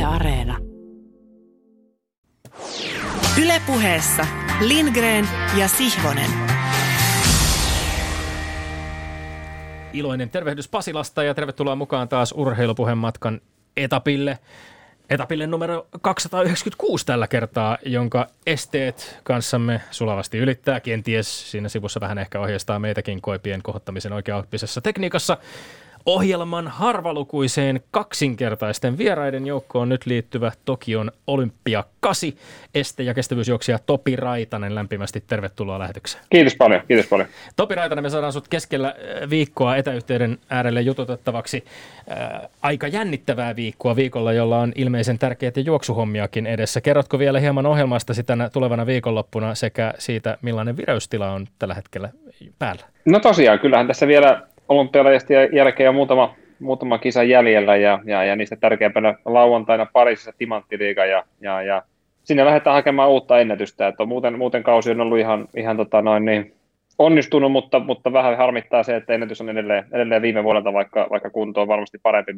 Areena. Yle Puheessa Lindgren ja Sihvonen. Iloinen tervehdys Pasilasta ja tervetuloa mukaan taas Urheilupuheen matkan etapille. Etapille numero 296 tällä kertaa, jonka esteet kanssamme sulavasti ylittää. Kenties siinä sivussa vähän ehkä ohjeistaa meitäkin koipien kohottamisen oikeaoppisessa tekniikassa. Ohjelman harvalukuiseen kaksinkertaisten vieraiden joukkoon nyt liittyvä Tokion Olympia 8 este- ja kestävyysjuoksija Topi Raitanen. Lämpimästi tervetuloa lähetykseen. Kiitos paljon, kiitos paljon. Topi Raitanen, me saadaan sut keskellä viikkoa etäyhteyden äärelle jututettavaksi. Aika jännittävää viikolla, jolla on ilmeisen tärkeitä juoksuhommiakin edessä. Kerrotko vielä hieman ohjelmastasi tänä tulevana viikonloppuna sekä siitä, millainen vireystila on tällä hetkellä päällä? No tosiaan, kyllähän tässä vielä olympialaisten jälkeen on muutama kisa jäljellä ja niistä tärkeimpänä lauantaina Pariisissa timanttiliiga ja sinne lähdetään hakemaan uutta ennätystä, että muuten kausi on ollut ihan onnistunut, mutta vähän harmittaa se, että ennätys on edelleen viime vuodelta, vaikka kunto on varmasti parempi,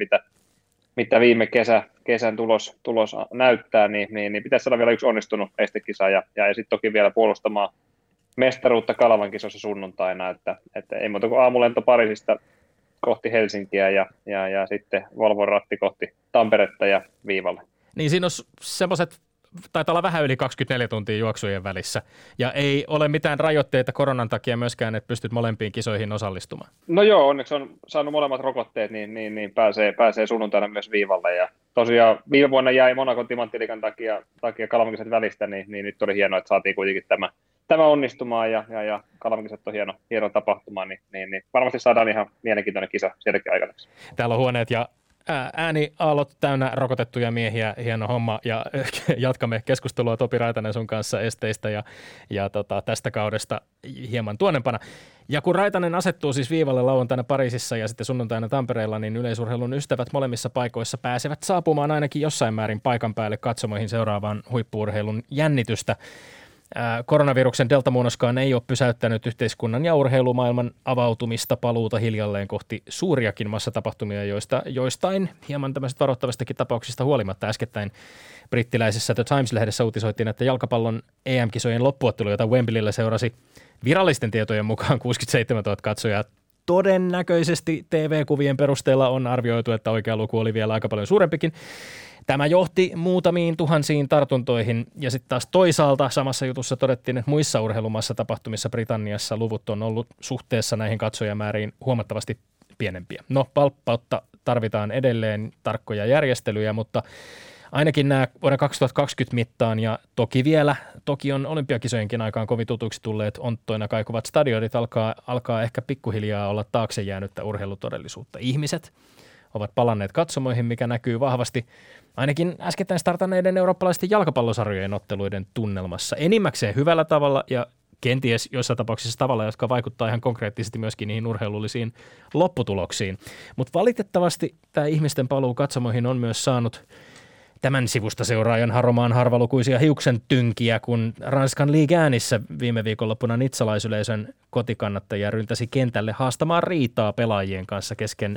mitä viime kesän tulos näyttää, niin pitäisi saada vielä yksi onnistunut estekisa ja sitten toki vielä puolustamaan mestaruutta Kalevan kisossa sunnuntaina, että ei muuta kuin aamulento Pariisista kohti Helsinkiä ja sitten Volvon ratti kohti Tamperetta ja viivalle. Niin siinä on semmoiset, taitaa olla vähän yli 24 tuntia juoksujen välissä ja ei ole mitään rajoitteita koronan takia myöskään, että pystyt molempiin kisoihin osallistumaan. No joo, onneksi on saanut molemmat rokotteet, niin pääsee sunnuntaina myös viivalle ja tosiaan viime vuonna jäi Monacon timanttiliigan takia Kalevan kisat välistä, niin nyt oli hienoa, että saatiin kuitenkin tämä onnistumaan ja Kalevan kisat on hieno tapahtuma, niin varmasti saadaan ihan mielenkiintoinen kisa sieltäkin aikana. Täällä on huoneet ja ääniaallot täynnä rokotettuja miehiä, hieno homma ja jatkamme keskustelua Topi Raitanen sun kanssa esteistä ja tästä kaudesta hieman tuonnempana. Ja kun Raitanen asettuu siis viivalle lauantaina Pariisissa ja sitten sunnuntaina Tampereella, niin yleisurheilun ystävät molemmissa paikoissa pääsevät saapumaan ainakin jossain määrin paikan päälle katsomoihin seuraavaan huippu-urheilun jännitystä. Koronaviruksen deltamuunnoskaan ei ole pysäyttänyt yhteiskunnan ja urheilumaailman avautumista paluuta hiljalleen kohti suuriakin massatapahtumia, joistain hieman tämmöisistä varoittavistakin tapauksista huolimatta. Äskettäin brittiläisessä The Times-lehdessä uutisoitiin, että jalkapallon EM-kisojen loppuottelu, jota Wembleyllä seurasi virallisten tietojen mukaan 67 000 katsojaa. Todennäköisesti TV-kuvien perusteella on arvioitu, että oikea luku oli vielä aika paljon suurempikin. Tämä johti muutamiin tuhansiin tartuntoihin ja sitten taas toisaalta samassa jutussa todettiin, että muissa urheilumassa tapahtumissa Britanniassa luvut on ollut suhteessa näihin katsojamääriin huomattavasti pienempiä. No, valppautta tarvitaan edelleen, tarkkoja järjestelyjä, mutta ainakin nämä vuoden 2020 mittaan ja toki vielä Tokion olympiakisojenkin aikaan kovin tutuiksi tulleet onttoina kaikuvat stadionit alkaa ehkä pikkuhiljaa olla taakse jäänyttä urheilutodellisuutta. Ihmiset ovat palanneet katsomoihin, mikä näkyy vahvasti ainakin äskettäin startanneiden eurooppalaisten jalkapallosarjojen otteluiden tunnelmassa. Enimmäkseen hyvällä tavalla ja kenties joissain tapauksissa tavalla, jotka vaikuttaa ihan konkreettisesti myöskin niihin urheilullisiin lopputuloksiin. Mutta valitettavasti tämä ihmisten paluu katsomoihin on myös saanut tämän sivusta seuraajan haromaan harvalukuisia hiuksen tynkiä, kun Ranskan Ligue 1:ssä viime viikonloppuna nitsalaisyleisön kotikannattajia ryntäsi kentälle haastamaan riitaa pelaajien kanssa kesken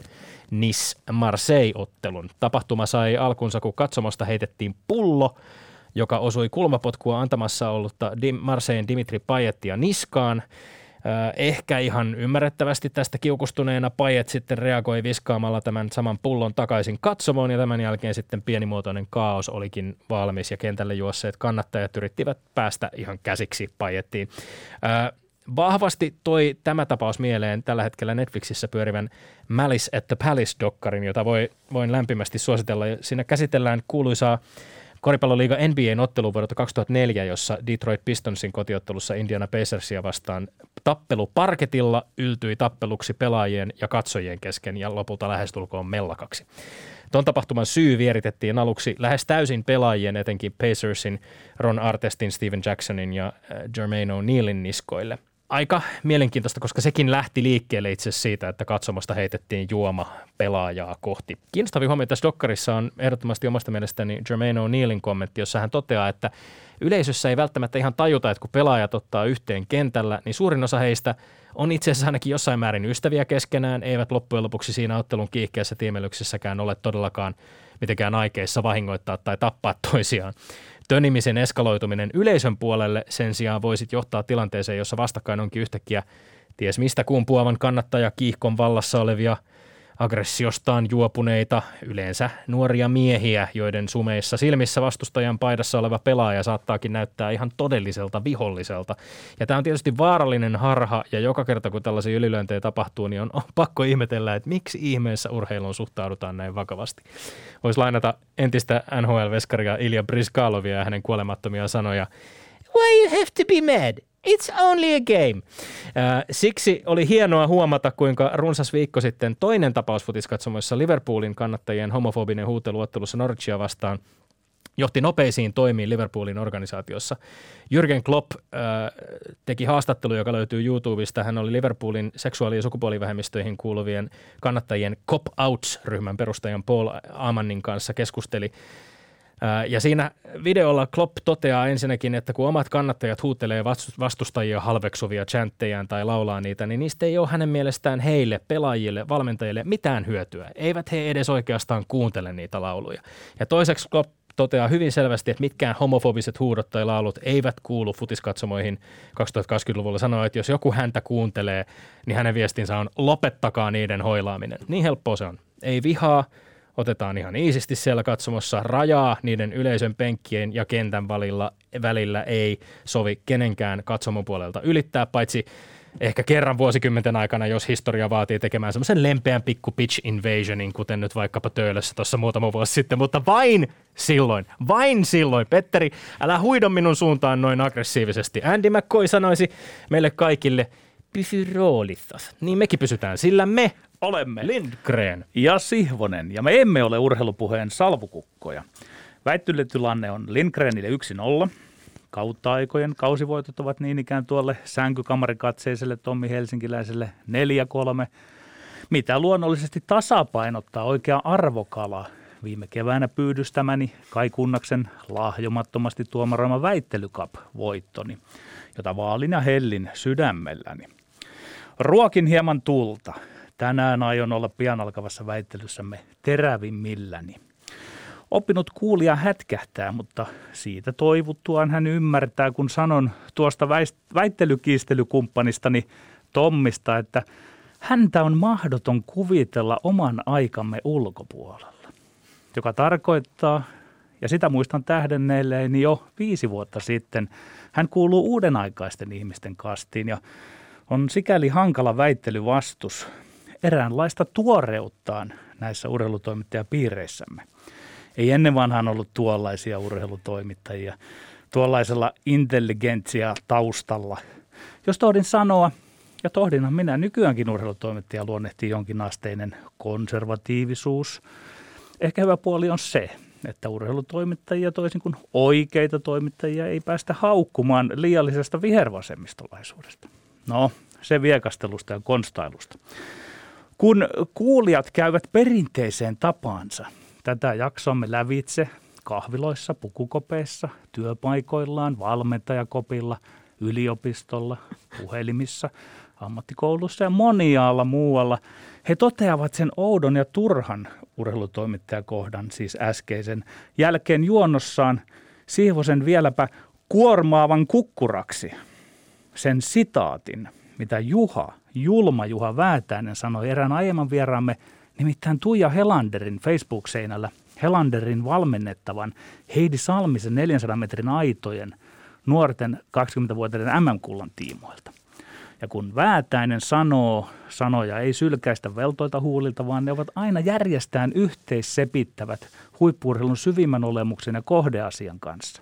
Nice-Marseille-ottelun. Tapahtuma sai alkunsa, kun katsomosta heitettiin pullo, joka osui kulmapotkua antamassa ollutta Marseillen Dimitri Payettia niskaan. Ehkä ihan ymmärrettävästi tästä kiukustuneena Payet sitten reagoi viskaamalla tämän saman pullon takaisin katsomoon ja tämän jälkeen sitten pienimuotoinen kaos olikin valmis ja kentälle juosseet kannattajat yrittivät päästä ihan käsiksi Payettiin. Vahvasti toi tämä tapaus mieleen tällä hetkellä Netflixissä pyörivän Malice at the Palace-dokkarin, jota voin lämpimästi suositella. Siinä käsitellään kuuluisaa koripalloliiga NBA:n ottelu vuodelta 2004, jossa Detroit Pistonsin kotiottelussa Indiana Pacersia vastaan tappelu parketilla yltyi tappeluksi pelaajien ja katsojien kesken ja lopulta lähestulkoon mellakaksi. Tuon tapahtuman syy vieritettiin aluksi lähes täysin pelaajien, etenkin Pacersin, Ron Artestin, Steven Jacksonin ja Jermaine O'Nealin niskoille. Aika mielenkiintoista, koska sekin lähti liikkeelle itse siitä, että katsomasta heitettiin juoma pelaajaa kohti. Kiinnostavia huomioita tässä dokkarissa on ehdottomasti omasta mielestäni Jermaine O'Nealin kommentti, jossa hän toteaa, että yleisössä ei välttämättä ihan tajuta, että kun pelaajat ottaa yhteen kentällä, niin suurin osa heistä on itse asiassa ainakin jossain määrin ystäviä keskenään, eivät loppujen lopuksi siinä ottelun kiihkeässä tiimelyksessäkään ole todellakaan mitenkään aikeissa vahingoittaa tai tappaa toisiaan. Tönimisen eskaloituminen yleisön puolelle sen sijaan voisi johtaa tilanteeseen, jossa vastakkain onkin yhtäkkiä ties mistä kumpuavan kannattajakiihkon vallassa olevia aggressiostaan juopuneita, yleensä nuoria miehiä, joiden sumeissa silmissä vastustajan paidassa oleva pelaaja saattaakin näyttää ihan todelliselta viholliselta. Ja tämä on tietysti vaarallinen harha, ja joka kerta kun tällaisia ylilyöntejä tapahtuu, niin on pakko ihmetellä, että miksi ihmeessä urheiluun suhtaudutaan näin vakavasti. Voisi lainata entistä NHL-veskaria Ilja Bryzgalovia ja hänen kuolemattomia sanoja. Why you have to be mad? It's only a game. Siksi oli hienoa huomata, kuinka runsas viikko sitten toinen tapaus futiskatsomoissa Liverpoolin kannattajien homofobinen huutelu ottelussa Norwichia vastaan johti nopeisiin toimiin Liverpoolin organisaatiossa. Jürgen Klopp teki haastattelu, joka löytyy YouTubesta. Hän oli Liverpoolin seksuaali- ja sukupuolivähemmistöihin kuuluvien kannattajien Cop Outs-ryhmän perustajan Paul Amannin kanssa keskusteli. Ja siinä videolla Klopp toteaa ensinnäkin, että kun omat kannattajat huutelee vastustajia halveksuvia chanttejään tai laulaa niitä, niin niistä ei ole hänen mielestään heille, pelaajille, valmentajille mitään hyötyä. Eivät he edes oikeastaan kuuntele niitä lauluja. Ja toiseksi Klopp toteaa hyvin selvästi, että mitkään homofobiset huudot tai laulut eivät kuulu futiskatsomoihin 2020-luvulla. Sanoo, että jos joku häntä kuuntelee, niin hänen viestinsä on lopettakaa niiden hoilaaminen. Niin helppoa se on. Ei vihaa. Otetaan ihan iisisti siellä katsomossa, rajaa niiden yleisön penkkien ja kentän välillä ei sovi kenenkään katsomon puolelta ylittää, paitsi ehkä kerran vuosikymmenten aikana, jos historia vaatii tekemään semmoisen lempeän pikku pitch invasionin, kuten nyt vaikkapa Töölössä tuossa muutama vuosi sitten, mutta vain silloin. Petteri, älä huido minun suuntaan noin aggressiivisesti. Andy McCoy sanoisi meille kaikille, pysy roolissas. Niin mekin pysytään, sillä me olemme Lindgren ja Sihvonen, ja me emme ole urheilupuheen salvukukkoja. Väittelytilanne on Lindgrenille 1-0. Kautta aikojen kausivoitot ovat niin ikään tuolle sänkykamarikatseiselle Tommi Helsinkiläiselle 4-3, mitä luonnollisesti tasapainottaa oikea arvokala viime keväänä pyydystämäni Kai Kunnaksen lahjomattomasti tuomaroima väittelycup-voittoni, jota vaalin ja hellin sydämelläni. Ruokin hieman tulta. Tänään aion olla pian alkavassa väittelyssämme terävimmilläni. Oppinut kuulija hätkähtää, mutta siitä toivuttuaan hän ymmärtää, kun sanon tuosta väittelykiistelykumppanistani Tommista, että häntä on mahdoton kuvitella oman aikamme ulkopuolella. Joka tarkoittaa, ja sitä muistan tähdenneelleeni jo 5 vuotta sitten, hän kuuluu uudenaikaisten ihmisten kastiin ja on sikäli hankala väittelyvastus eräänlaista tuoreuttaan näissä urheilutoimittajapiireissämme. Ei ennen vanhaan ollut tuollaisia urheilutoimittajia, tuollaisella intelligentsia taustalla. Jos tohdin sanoa, ja tohdinhan minä nykyäänkin urheilutoimittaja luonnehtii jonkinasteinen konservatiivisuus. Ehkä hyvä puoli on se, että urheilutoimittajia toisin kuin oikeita toimittajia ei päästä haukkumaan liiallisesta vihervasemmistolaisuudesta. No, se viekastelusta ja konstailusta. Kun kuulijat käyvät perinteiseen tapaansa tätä jaksoamme lävitse kahviloissa, pukukopeissa, työpaikoillaan, valmentajakopilla, yliopistolla, puhelimissa, ammattikoulussa ja moniaalla muualla, he toteavat sen oudon ja turhan urheilutoimittajakohdan, siis äskeisen, jälkeen juonnossaan Sihvosen vieläpä kuormaavan kukkuraksi sen sitaatin, mitä Julma Juha Väätäinen sanoi erään aiemman vieraamme, nimittäin Tuija Helanderin Facebook-seinällä Helanderin valmennettavan Heidi Salmisen 400 metrin aitojen nuorten 20-vuotiaiden MM-kullan tiimoilta. Ja kun Väätäinen sanoo sanoja, ei sylkäistä veltoita huulilta, vaan ne ovat aina järjestään yhteissepittävät huippu-urheilun syvimmän olemuksen ja kohdeasian kanssa.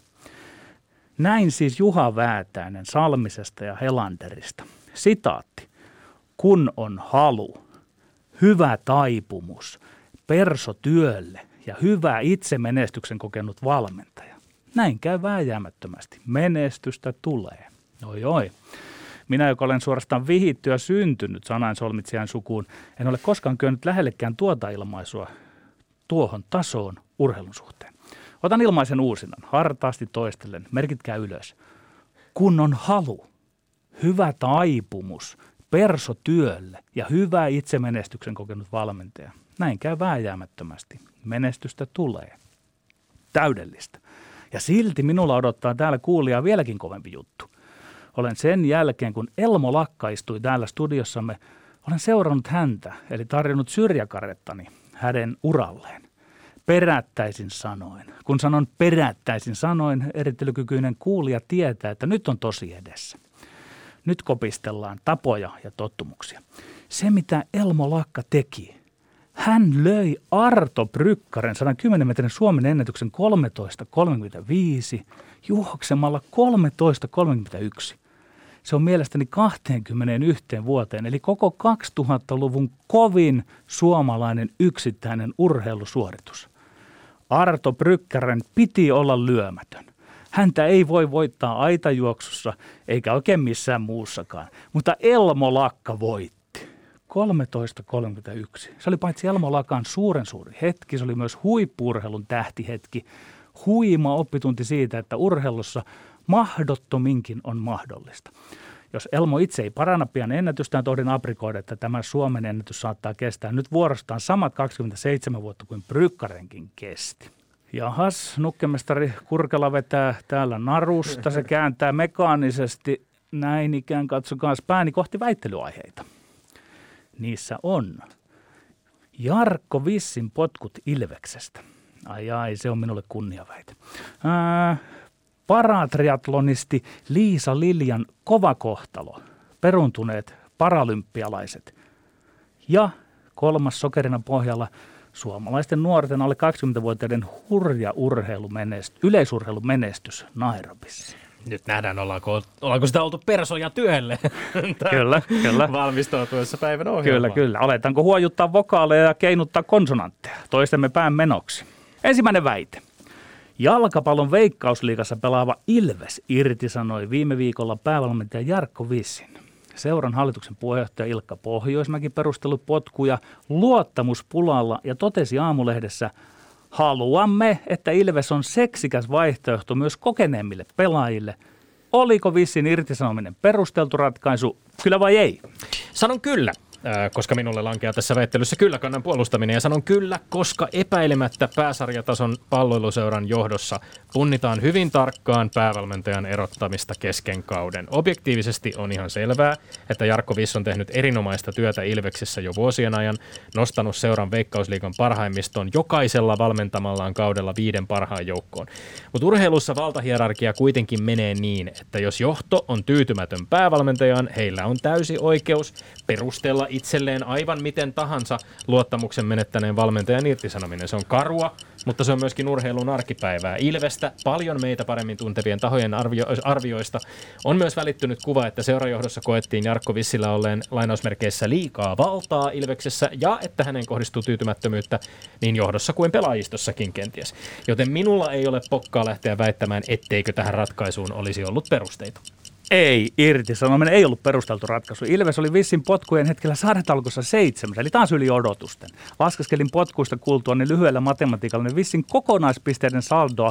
Näin siis Juha Väätäinen Salmisesta ja Helanderista. Sitaatti. Kun on halu, hyvä taipumus, perso työlle ja hyvä itsemenestyksen kokenut valmentaja. Näin käy vääjäämättömästi. Menestystä tulee. Oi. Minä, joka olen suorastaan vihittyä syntynyt sanainsolmitsijan sukuun, en ole koskaan kyennyt lähellekään tuota ilmaisua tuohon tasoon urheilun suhteen. Otan ilmaisen uusinnan, hartaasti toistellen, merkitkää ylös. Kun on halu, hyvä taipumus, perso työlle ja hyvä itsemenestyksen kokenut valmentaja. Näin käy vääjäämättömästi. Menestystä tulee. Täydellistä. Ja silti minulla odottaa täällä kuulijaa vieläkin kovempi juttu. Olen sen jälkeen, kun Elmo Lakka istui täällä studiossamme, olen seurannut häntä, eli tarjonnut syrjäkarettani hänen uralleen. Perättäisin sanoin. Kun sanon perättäisin sanoin, erittelykykyinen kuulija tietää, että nyt on tosi edessä. Nyt kopistellaan tapoja ja tottumuksia. Se, mitä Elmo Lakka teki, hän löi Arto Brykkaren 110 metrin Suomen ennätyksen 13.35 juoksemalla 13.31. Se on mielestäni 21 vuoteen, eli koko 2000-luvun kovin suomalainen yksittäinen urheilusuoritus. Arto Brykkären piti olla lyömätön. Häntä ei voi voittaa aitajuoksussa eikä oikein missään muussakaan, mutta Elmo Lakka voitti. 13.31. Se oli paitsi Elmo Lakan suuren suuri hetki, se oli myös huippu-urheilun tähtihetki. Huima oppitunti siitä, että urheilussa mahdottominkin on mahdollista. Jos Elmo itse ei paranna pian ennätystään, tohdin aprikoida, että tämä Suomen ennätys saattaa kestää nyt vuorostaan samat 27 vuotta kuin Brykkärenkin kesti. Jahas, nukkemestari Kurkela vetää täällä narusta. Se kääntää mekaanisesti näin ikään, katsokaa pääni kohti väittelyaiheita. Niissä on Jarkko Vissin potkut Ilveksestä. Ai, se on minulle kunniaväite. Paratriatlonisti Liisa Liljan kova kohtalo, peruuntuneet paralympialaiset. Ja kolmas sokerina pohjalla suomalaisten nuorten alle 20-vuotiaiden hurja yleisurheilumenestys Nairobissa. Nyt nähdään, ollaanko sitä oltu persoja työlle Kyllä. valmistautuessa päivän ohjelmaan. Kyllä. Aletanko huojuttaa vokaaleja ja keinuttaa konsonantteja toistemme pään menoksi? Ensimmäinen väite. Jalkapallon Veikkausliigassa pelaava Ilves irtisanoi viime viikolla päävalmentaja Jarkko Vissin. Seuran hallituksen puheenjohtaja Ilkka Pohjoismäki perusteli potkuja luottamuspulalla ja totesi Aamulehdessä: haluamme, että Ilves on seksikäs vaihtoehto myös kokeneemmille pelaajille. Oliko Vissin irtisanominen perusteltu ratkaisu, kyllä vai ei? Sanon kyllä, koska minulle lankeaa tässä väittelyssä kyllä kannan puolustaminen. Ja sanon kyllä, koska epäilemättä pääsarjatason palloiluseuran johdossa punnitaan hyvin tarkkaan päävalmentajan erottamista kesken kauden. Objektiivisesti on ihan selvää, että Jarkko Viss on tehnyt erinomaista työtä Ilveksessä jo vuosien ajan, nostanut seuran Veikkausliigan parhaimmiston jokaisella valmentamallaan kaudella 5 parhaan joukkoon. Mutta urheilussa valtahierarkia kuitenkin menee niin, että jos johto on tyytymätön päävalmentajaan, heillä on täysi oikeus perustella itselleen aivan miten tahansa luottamuksen menettäneen valmentajan irtisanominen. Se on karua, mutta se on myöskin urheilun arkipäivää. Ilvestä paljon meitä paremmin tuntevien tahojen arvioista on myös välittynyt kuva, että seurajohdossa koettiin Jarkko Vissillä olleen lainausmerkeissä liikaa valtaa Ilveksessä ja että hänen kohdistuu tyytymättömyyttä niin johdossa kuin pelaajistossakin kenties. Joten minulla ei ole pokkaa lähteä väittämään, etteikö tähän ratkaisuun olisi ollut perusteita. Ei, irtisanominen ei ollut perusteltu ratkaisu. Ilves oli Vissin potkujen hetkellä sarjatalkossa 7, eli taas yli odotusten. Laskeskelin potkuista kuultua niin lyhyellä matematiikalla niin Vissin kokonaispisteiden saldoa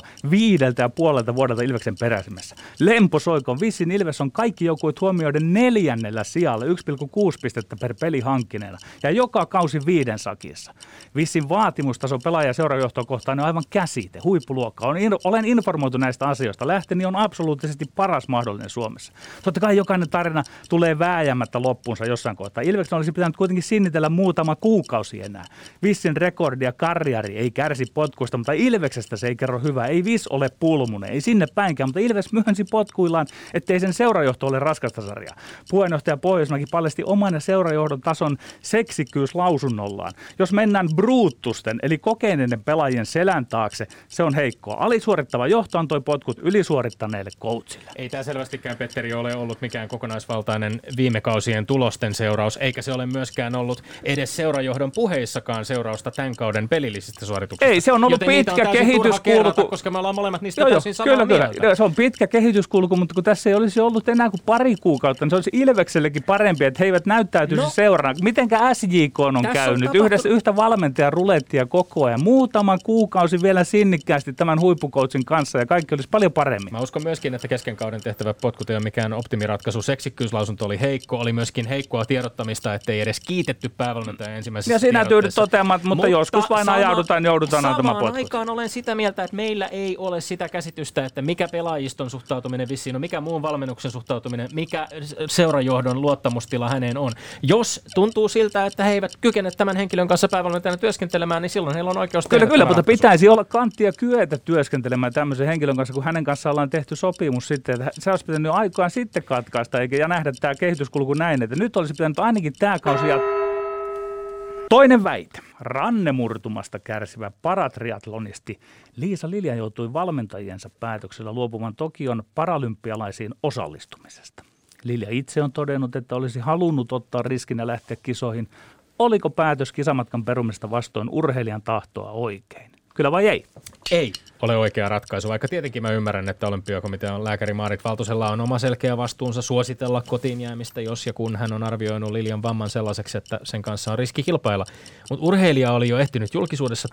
5,5 vuodelta Ilveksen peräisimmässä. Lemposoikoon, Vissin Ilves on kaikki joukkueet huomioiden 4. sijalla 1,6 pistettä per peli hankkineena ja joka kausi 5 sakissa. Vissin vaatimustaso pelaaja- ja seurajohtoa kohtaan on aivan käsite, huippuluokka. Olen informoitu näistä asioista. Lähteni on absoluuttisesti paras mahdollinen Suomessa. Totta kai jokainen tarina tulee vääjäämättä loppuunsa jossain kohtaa. Ilveksen olisi pitänyt kuitenkin sinnitellä muutama kuukausi enää. Vissin rekordi ja karjari ei kärsi potkuista, mutta Ilveksestä se ei kerro hyvää. Ei Viss ole pulmunen, ei sinne päinkään, mutta Ilves myönsi potkuillaan, ettei sen seurajohto ole raskasta sarjaa. Puheenjohtaja Pohjoismäki paljasti oman ja seurajohdon tason seksikkyys lausunnollaan. Jos mennään bruuttusten, eli kokeneiden pelaajien selän taakse, se on heikkoa. Alisuorittava johto antoi potkut ylisuorittaneelle coachille. Ei tämä selvästikään, Petteri, ole ollut mikään kokonaisvaltainen viime kausien tulosten seuraus, eikä se ole myöskään ollut edes seurajohdon puheissakaan seurausta tämän kauden pelillisistä suorituksista. Ei, se on ollut pitkä kehityskulku. Koska me ollaan molemmat niistä täysin samaa mieltä. Kyllä, se on pitkä kehityskulku, mutta kun tässä ei olisi ollut enää kuin pari kuukautta, niin se olisi Ilveksellekin parempi, että he eivät näyttäytyisi seurana. Mitenkä SJK on käynyt? Yhtä valmentajan rulettia koko ajan. Muutama kuukausi vielä sinnikkäästi tämän huippukoutsin kanssa ja kaikki olisi paljon paremmin. Mä uskon myöskin, että kesken kauden tehtävät potkut ei ole ole mikään optimiratkaisu. Seksikkyyslausunto oli heikko, oli myöskin heikkoa tiedottamista, ettei edes kiitetty päävalmentajan ensimmäisessä tiedotteessa. Ja sinä tyydyt toteamaan, mutta joskus vain joudutaan antamaan potkut. Samaan aikaan olen sitä mieltä, että meillä ei ole sitä käsitystä, että mikä pelaajiston suhtautuminen vissiin on, mikä muun valmennuksen suhtautuminen, mikä seurajohdon luottamustila häneen on. Jos tuntuu siltä, että he eivät kykene tämän henkilön kanssa päävalmentajana työskentelemään, niin silloin heillä on oikeus tehdä Kyllä, mutta pitäisi olla kanttia kyetä työskentelemään tämmöisen henkilön kanssa, kun hänen kanssaan ollaan tehty sopimus sitten, että se olisi pitänyt aikaan sitten katkaista ja nähdä tämä kehityskulku näin, että nyt olisi pitänyt ainakin tämä kausi ja toinen väite. Rannemurtumasta kärsivä paratriatlonisti Liisa Lilja joutui valmentajiensa päätöksellä luopumaan Tokion paralympialaisiin osallistumisesta. Lilja itse on todennut, että olisi halunnut ottaa riskinä lähteä kisoihin. Oliko päätös kisamatkan perumista vastoin urheilijan tahtoa oikein? Kyllä vai ei? Ei ole oikea ratkaisu, vaikka tietenkin mä ymmärrän, että Olympiakomitean lääkäri Maarit Valtosella on oma selkeä vastuunsa suositella kotiin jäämistä, jos ja kun hän on arvioinut Liljan vamman sellaiseksi, että sen kanssa on riski kilpailla. Mutta urheilija oli jo ehtinyt julkisuudessa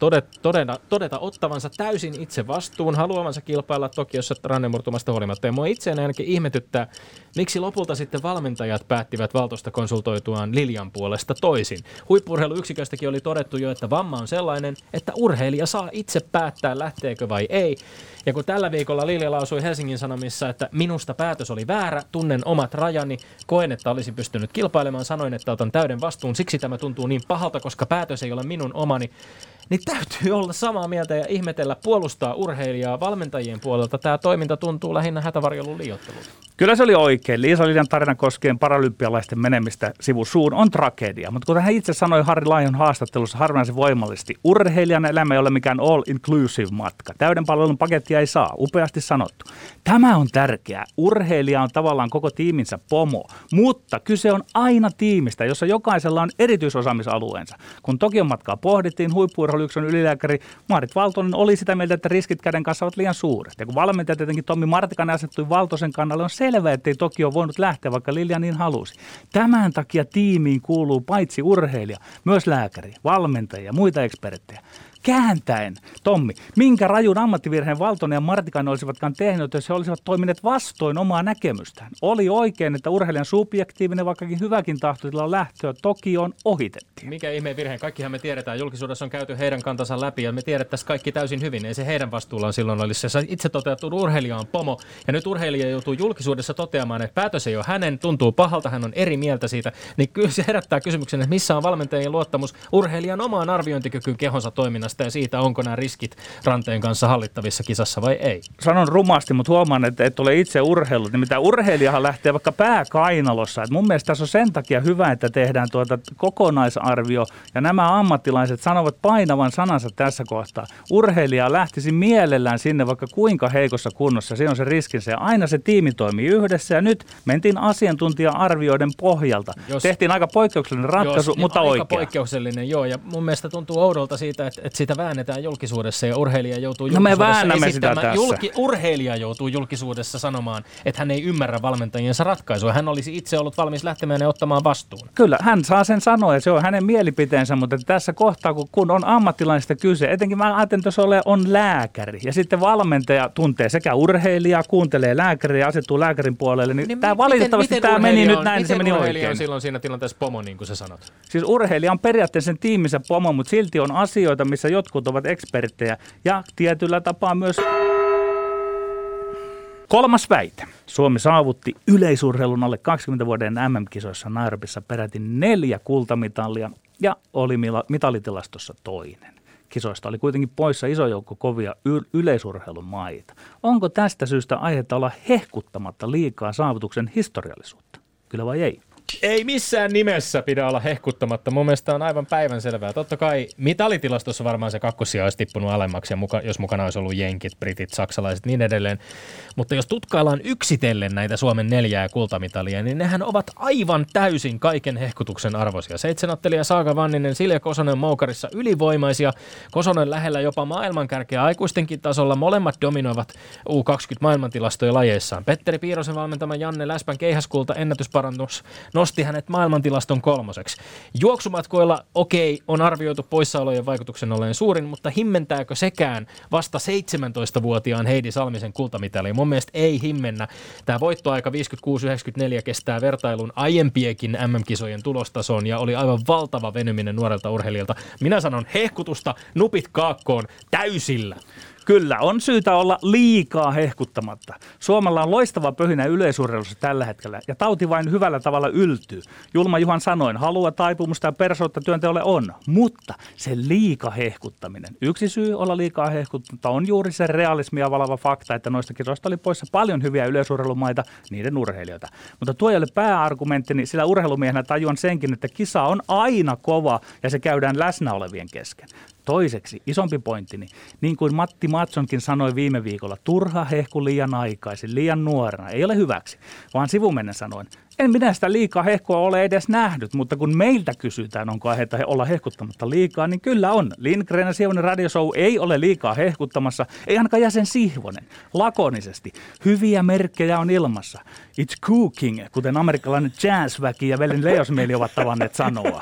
todeta ottavansa täysin itse vastuun, haluavansa kilpailla Tokiossa rannemurtumasta huolimatta. Ja mua itseäni ainakin ihmetyttää, miksi lopulta sitten valmentajat päättivät Valtosta konsultoituaan Liljan puolesta toisin. Huippu-urheiluyksiköstäkin oli todettu jo, että vamma on sellainen, että urheilija saa itse päättää, lähteekö vai ei. Ja kun tällä viikolla Lilja lausui Helsingin Sanomissa, että minusta päätös oli väärä, tunnen omat rajani, koen, että olisin pystynyt kilpailemaan, sanoin, että otan täyden vastuun, siksi tämä tuntuu niin pahalta, koska päätös ei ole minun omani, niin täytyy olla samaa mieltä ja ihmetellä, puolustaa urheilijaa valmentajien puolelta. Tämä toiminta tuntuu lähinnä hätävarjelun liioittelulta. Kyllä se oli oikein. Liisa Liljan tarina koskien paralympialaisten menemistä sivusuun on tragedia. Mutta kuten hän itse sanoi Harri Laihon haastattelussa harvinaisen voimallisesti, urheilijan elämä ei ole mikään all-inclusive matka. Täyden palvelun pakettia ei saa. Upeasti sanottu. Tämä on tärkeää. Urheilija on tavallaan koko tiiminsä pomo, mutta kyse on aina tiimistä, jossa jokaisella on erityisosaamisalueensa. Kun Tokion matkaa pohdittiin, huippu-urheiluyksikön ylilääkäri Maarit Valtonen oli sitä mieltä, että riskit käden kanssa ovat liian suuret. Ja kun valmentaja tietenkin Tommi Martikainen asettui Valtosen kannalle, on selvää, ettei Tokio voinut lähteä, vaikka Lilja niin halusi. Tämän takia tiimiin kuuluu paitsi urheilija, myös lääkäri, valmentaja ja muita eksperttejä. Kääntäen, Tommi, minkä rajun ammattivirheen Valtonen ja Martikainen olisivatkaan tehneet, jos he olisivat toimineet vastoin omaa näkemystään? Oli oikein, että urheilijan subjektiivinen, vaikkakin hyväkin tahtotila lähtöä Tokioon ohitettiin. Mikä ihmeen virheen? Kaikkihan me tiedetään. Julkisuudessa on käyty heidän kantansa läpi ja me tiedettäisiin kaikki täysin hyvin. Ei se heidän vastuullaan silloin olisi. Se itse toteutunut urheilija on pomo ja nyt urheilija joutuu julkisuudessa toteamaan, että päätös ei ole hänen, tuntuu pahalta, hän on eri mieltä siitä. Niin kyllä se herättää kysymyksen, että missä on valmentajien luottamus urheilijan omaan arviointikykyyn kehonsa toiminnasta ja siitä, onko nämä riskit Ranteen kanssa hallittavissa kisassa vai ei. Sanon rumasti, mutta huomaan, että et ole itse urheillut. Nimittäin urheilijahan lähtee vaikka pääkainalossa. Et mun mielestä tässä on sen takia hyvä, että tehdään kokonaisarvio ja nämä ammattilaiset sanovat painavan sanansa tässä kohtaa. Urheilija lähtisi mielellään sinne vaikka kuinka heikossa kunnossa. Siinä on se riskinsä ja aina se tiimi toimii yhdessä ja nyt mentiin asiantuntija-arvioiden pohjalta. Tehtiin aika poikkeuksellinen ratkaisu, mutta oikea. Aika poikkeuksellinen, joo. Ja mun mielestä tuntuu oudolta siitä, että sitä väännetään julkisuudessa ja urheilija joutuu julkisuudessa esittämään. Urheilija joutuu julkisuudessa sanomaan, että hän ei ymmärrä valmentajiensa ratkaisua. Hän olisi itse ollut valmis lähtemään ja ottamaan vastuun. Kyllä, hän saa sen sanoa ja se on hänen mielipiteensä, mutta tässä kohtaa, kun on ammattilaisista kyse, etenkin mä ajattelen, että se on lääkäri ja sitten valmentaja tuntee sekä urheilijaa, kuuntelee lääkäriä ja asettuu lääkärin puolelle, niin tämä valitettavasti tämä meni nyt näin, se meni oikein. Miten on silloin siinä tilanteessa pomo, niin kuin sä sanot? Siis urheilija on periaatteessa sen tiiminsä pomo, mutta silti on asioita, missä jotkut ovat eksperttejä ja tietyllä tapaa myös. Kolmas väite. Suomi saavutti yleisurheilun alle 20 vuoden MM-kisoissa Nairobissa peräti 4 kultamitalia ja oli mitalitilastossa toinen. Kisoista oli kuitenkin poissa iso joukko kovia yleisurheilun maita. Onko tästä syystä aihetta olla hehkuttamatta liikaa saavutuksen historiallisuutta? Kyllä vai ei? Ei missään nimessä pidä olla hehkuttamatta. Mun mielestä on aivan päivänselvää. Totta kai mitalitilastossa varmaan se kakkossija olisi tippunut alemmaksi, jos mukana olisi ollut jenkit, britit, saksalaiset niin edelleen. Mutta jos tutkaillaan yksitellen näitä Suomen 4 kultamitalia, niin nehän ovat aivan täysin kaiken hehkutuksen arvoisia. Seitsemänottelija Saaga Vanninen, Silja Kosonen Moukarissa ylivoimaisia. Kosonen lähellä jopa maailmankärkeä aikuistenkin tasolla. Molemmat dominoivat U20 maailmantilastoja lajeissaan. Petteri Piirosen valmentama Janne Läspän keihäskulta ennätysparannus nosti hänet maailmantilaston 3. Juoksumatkoilla on arvioitu poissaolojen vaikutuksen olleen suurin, mutta himmentääkö sekään vasta 17-vuotiaan Heidi Salmisen kultamitaliin? Mun mielestä ei himmennä. Tämä voittoaika 56-94 kestää vertailun aiempiekin MM-kisojen tulostasoon ja oli aivan valtava venyminen nuorelta urheilijalta. Minä sanon hehkutusta, nupit kaakkoon täysillä. Kyllä, on syytä olla liikaa hehkuttamatta. Suomella on loistava pöhinä yleisurheilussa tällä hetkellä ja tauti vain hyvällä tavalla yltyy. Julma Juhan sanoin, halua, taipumusta ja persoutta työnteolle on, mutta se liika hehkuttaminen. Yksi syy olla liikaa hehkuttamata on juuri se realismia valava fakta, että noista kisoista oli poissa paljon hyviä yleisurheilumaita, niiden urheilijoita. Mutta tuo ei ole pääargumenttini, sillä urheilumiehenä tajuan senkin, että kisa on aina kova ja se käydään läsnä olevien kesken. Toiseksi, isompi pointtini, niin kuin Matti Matsonkin sanoi viime viikolla, turha hehku liian aikaisin, liian nuorena, ei ole hyväksi, vaan sivumennen sanoin, en minä sitä liikaa hehkua ole edes nähnyt, mutta kun meiltä kysytään, onko aiheita olla hehkuttamatta liikaa, niin kyllä on. Lindgren ja Sihvonen radioshow ei ole liikaa hehkuttamassa, ei ainakaan jäsen Sihvonen, lakonisesti. Hyviä merkkejä on ilmassa. It's cooking, kuten amerikkalainen jazzväki ja velin Leosmieli ovat tavanneet sanoa.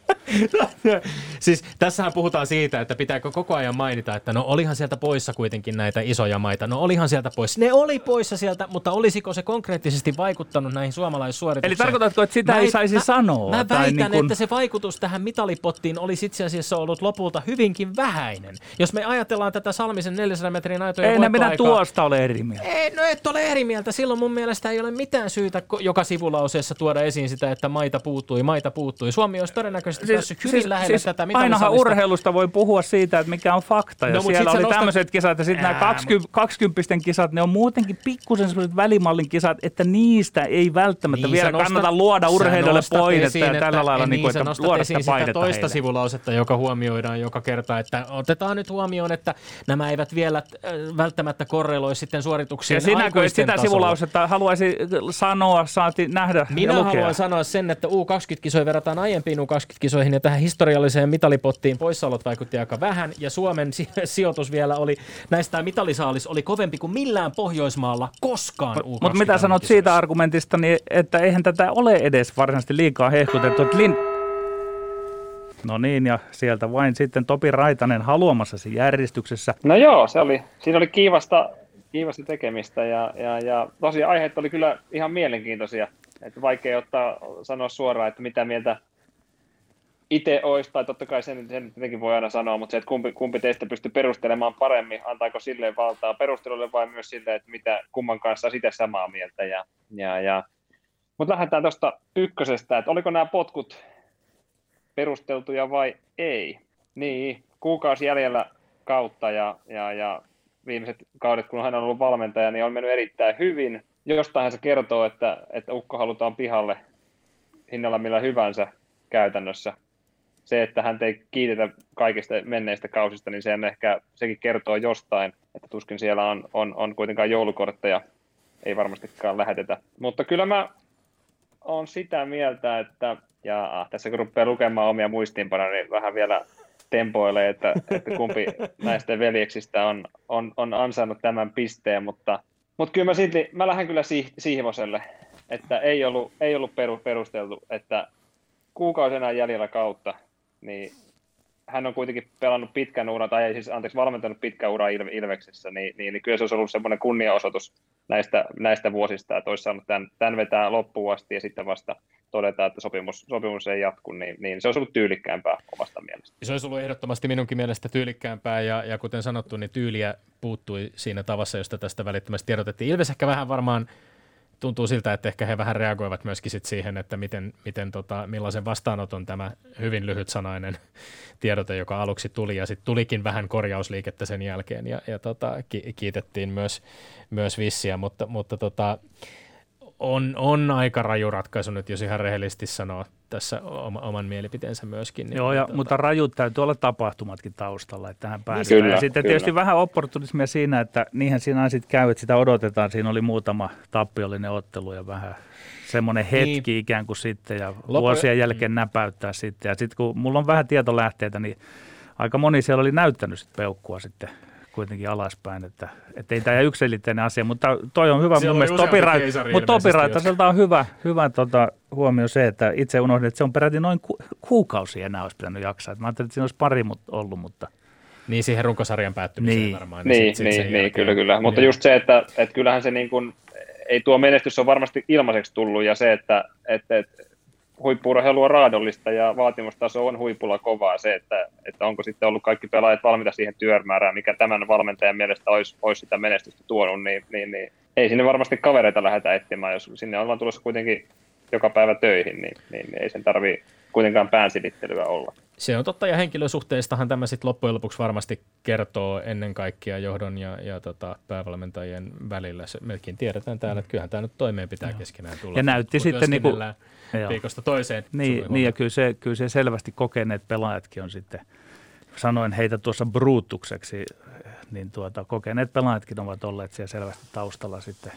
Siis tässähän puhutaan siitä, että pitääkö koko ajan mainita, että no olihan sieltä poissa kuitenkin näitä isoja maita. No olihan sieltä poissa. Ne oli poissa sieltä, mutta olisiko se konkreettisesti vaikuttanut näihin suomalaissuorituksiin? Eli tarkoitatko, että sitä ei saisi sanoa? Mä väitän, että se vaikutus tähän mitalipottiin olisi itse asiassa ollut lopulta hyvinkin vähäinen. Jos me ajatellaan tätä Salmisen 400 metrin aitoja voittoaikaa. Minä tuosta ole eri mieltä. No et ole eri mieltä. Silloin mun mielestä ei ole mitään syytä joka sivulauseessa tuoda esiin sitä, että maita puuttui. Suomi olisi todennäköisesti hyvin lähellä tätä mitalisalista. Ainahan urheilusta voi puhua siitä, että mikä on fakta. Ja siellä oli tämmöiset kisat ja sitten nämä 20 kisat, ne on muutenkin pikkusen sellaiset välimallin kisat, että niistä ei välttämättä niin, vielä kannata luoda urheilijoille poinetta ja tällä lailla, niin että luoda sitä painetta toista heille. Sivulausetta, joka huomioidaan joka kerta, että otetaan nyt huomioon, että nämä eivät vielä välttämättä korreloi sitten suorituksiin. Ja sinäkö sitä sivulausetta haluaisi sanoa, saati nähdä Minä ja lukea? Haluan sanoa sen, että U20-kisoja verrataan aiempiin U20-kisoihin ja tähän historialliseen mitalipottiin poissaolot vaikutti aika vähän ja Suomen sijoitus vielä oli, näistä mitalisaalis oli kovempi kuin millään Pohjoismaalla koskaan U20. Mutta mitä sanot siitä argumentista, niin, että eihän tätä ole edes varsinaisesti liikaa hehkutettu. No niin, ja sieltä vain sitten Topi Raitanen haluamassasi järjestyksessä. No joo, siinä oli kiivasta tekemistä ja tosiaan aiheet oli kyllä ihan mielenkiintoisia. Että vaikea sanoa suoraan, että mitä mieltä itse olisi, tai totta kai sen tietenkin voi aina sanoa, mutta se, että kumpi teistä pystyy perustelemaan paremmin, antaako silleen valtaa perustelulle vai myös silleen, että mitä kumman kanssa on itse samaa mieltä. Mutta lähdetään tuosta ykkösestä, että oliko nämä potkut perusteltuja vai ei? Niin, kuukausi jäljellä kautta ja viimeiset kaudet, kun hän on ollut valmentaja, niin on mennyt erittäin hyvin. Jostain se kertoo, että ukko halutaan pihalle hinnalla millä hyvänsä käytännössä. Se, että hän ei kiitetä kaikista menneistä kausista, niin sekin kertoo jostain, että tuskin siellä on kuitenkaan joulukortteja, ei varmastikaan lähetetä. Mutta kyllä mä oon sitä mieltä, että tässä kun rupeaa lukemaan omia muistiinpanoja, niin vähän vielä tempoilee, että kumpi näistä veljeksistä on ansainnut tämän pisteen, mutta kyllä mä lähden kyllä Sihvoselle, että ei ollut perusteltu, että kuukausi enää jäljellä kautta, niin hän on kuitenkin pelannut pitkän uran, valmentanut pitkän uran Ilveksessä, niin kyllä se olisi ollut semmoinen kunniaosoitus näistä vuosista, että olisi saanut tämän vetää loppuun asti ja sitten vasta todetaan, että sopimus ei jatku, niin se olisi ollut tyylikkäämpää omasta mielestä. Se olisi ollut ehdottomasti minunkin mielestä tyylikkäämpää ja kuten sanottu, niin tyyliä puuttui siinä tavassa, josta tästä välittömästi tiedotettiin. Ilves ehkä vähän varmaan tuntuu siltä, että ehkä he vähän reagoivat myöskin sit siihen, että millaisen vastaanoton tämä hyvin lyhytsanainen tiedote, joka aluksi tuli, ja sitten tulikin vähän korjausliikettä sen jälkeen, ja kiitettiin myös vissiä, mutta on aika raju ratkaisu nyt, jos ihan rehellisesti sanoo tässä oman mielipiteensä myöskin. Niin joo, mutta rajut täytyy olla tapahtumatkin taustalla, että tähän päästään. Ja sitten tietysti vähän opportunismia siinä, että niinhän siinä sitten käy, että sitä odotetaan. Siinä oli muutama tappiollinen ottelu ja vähän semmoinen hetki ikään kuin sitten ja vuosien jälkeen näpäyttää sitten. Ja sitten kun mulla on vähän tietolähteitä, niin aika moni siellä oli näyttänyt sitten peukkua sitten kuitenkin alaspäin, että ei tämä yksiselitteinen asia, mutta toi on hyvä Siellä mun mielestä Topi Raitaselta on hyvä huomio se, että itse unohdin, että se on peräti noin kuukausi enää olisi pitänyt jaksaa. Mä ajattelin, että siinä olisi pari ollut, mutta... Niin siihen runkosarjan päättymiseen niin. varmaan. Niin, kyllä. Mutta just se, että kyllähän se niin kuin, ei tuo menestys on varmasti ilmaiseksi tullut ja se, että huippu-urheilu on raadollista ja vaatimustaso on huipulla kovaa. Se, että onko sitten ollut kaikki pelaajat valmiita siihen työmäärään, mikä tämän valmentajan mielestä olisi sitä menestystä tuonut, niin ei sinne varmasti kavereita lähdetä etsimään. Jos sinne ollaan tulossa kuitenkin joka päivä töihin, niin ei sen tarvitse kuitenkaan päänsilittelyä olla. Se on totta, ja henkilösuhteistahan tämä sitten loppujen lopuksi varmasti kertoo ennen kaikkea johdon ja päävalmentajien välillä. Mekin tiedetään täällä, että kyllähän tämä nyt toimeen pitää keskenään tulla. Ja näytti sitten niin viikosta toiseen. Niin ja kyllä se selvästi kokeneet pelaajatkin on sitten, sanoin heitä tuossa bruutukseksi, niin kokeneet pelaajatkin ovat olleet siellä selvästi taustalla sitten.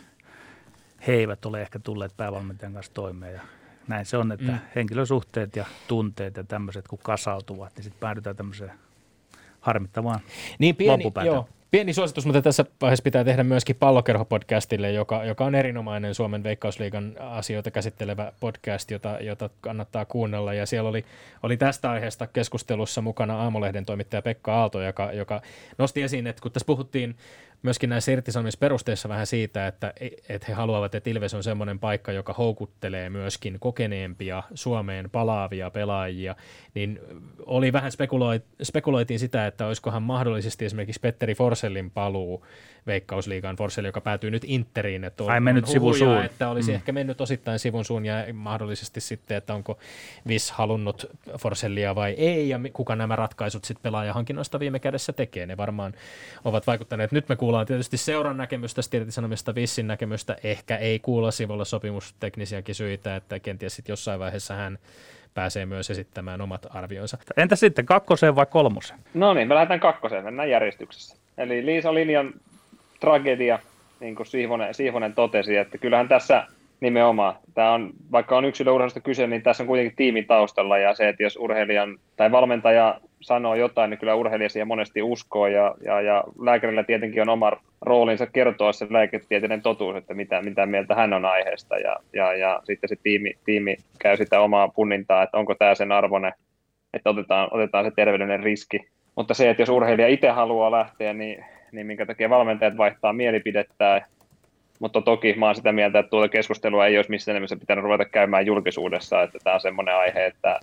He eivät ole ehkä tulleet päävalmentajan kanssa toimeen ja näin se on, että henkilösuhteet ja tunteet ja tämmöiset kun kasautuvat, niin sitten päädytään tämmöiseen harmittavaan loppupäätään. Pieni suositus, mutta tässä vaiheessa pitää tehdä myöskin Pallokerho-podcastille, joka on erinomainen Suomen Veikkausliigan asioita käsittelevä podcast, jota kannattaa kuunnella. Ja siellä oli tästä aiheesta keskustelussa mukana Aamolehden toimittaja Pekka Aalto, joka nosti esiin, että kun tässä puhuttiin myöskin näissä irtisanomisperusteissa vähän siitä, että he haluavat, että Ilves on semmoinen paikka, joka houkuttelee myöskin kokeneempia Suomeen palaavia pelaajia, niin oli vähän spekuloitiin sitä, että olisikohan mahdollisesti esimerkiksi Petteri Forsellin paluu Veikkausliigaan, Forsell, joka päätyy nyt Interiin, että on mennyt sivusuun. Että olisi ehkä mennyt osittain sivun suun ja mahdollisesti sitten, että onko VIS halunnut Forsellia vai ei ja kuka nämä ratkaisut sitten pelaajahankinnoista viime kädessä tekee. Ne varmaan ovat vaikuttaneet. Nyt me kuullaan tietysti seuran näkemystä, irtisanomista, VISin näkemystä, ehkä ei kuulla sivulla sopimusteknisiäkin syitä, että kenties sitten jossain vaiheessa hän pääsee myös esittämään omat arvionsa. Entä sitten 2. vai 3? No niin, me lähdetään 2, mennään järjestyksessä. Eli Liisa Linjan tragedia, niin kuin Sihvonen totesi, että kyllähän tässä nimenomaan, tämä on, vaikka on yksilöurheilusta kyse, niin tässä on kuitenkin tiimin taustalla ja se, että jos urheilijan tai valmentaja sanoo jotain, niin kyllä urheilija siihen monesti uskoo ja lääkärillä tietenkin on oma roolinsa kertoa se lääketieteellinen totuus, että mitä mieltä hän on aiheesta ja sitten se tiimi käy sitä omaa punnintaa, että onko tämä sen arvoinen, että otetaan se terveydellinen riski. Mutta se, että jos urheilija itse haluaa lähteä, niin minkä takia valmentajat vaihtaa mielipidettään. Mutta toki mä oon sitä mieltä, että tuota keskustelua ei olisi missään nimessä pitänyt ruveta käymään julkisuudessa, että tämä on semmoinen aihe, että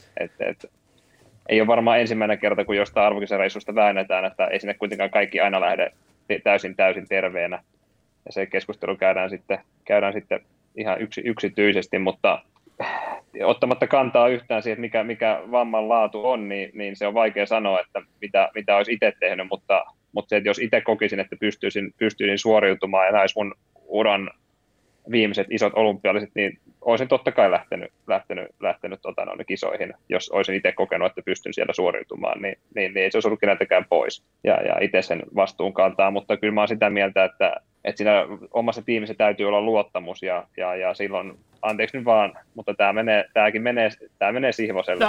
ei ole varmaan ensimmäinen kerta, kun jostain arvokisareissusta väännetään, että ei sinne kuitenkaan kaikki aina lähde täysin terveenä. Ja se keskustelu käydään sitten ihan yksityisesti, mutta ottamatta kantaa yhtään siihen, että mikä vamman laatu on, niin se on vaikea sanoa, että mitä olisi itse tehnyt, mutta se, että jos itse kokisin, että pystyisin suoriutumaan ja näis mun uran viimeiset isot olympialliset, niin olisin totta kai lähtenyt kisoihin, jos olisin itse kokenut, että pystyn siellä suoriutumaan, niin ei se olisi ollut keneltäkään pois ja itse sen vastuun kantaa, mutta kyllä mä olen sitä mieltä, että siinä omassa tiimissä täytyy olla luottamus ja silloin, anteeksi nyt vaan, mutta tämä menee Sihvoselle.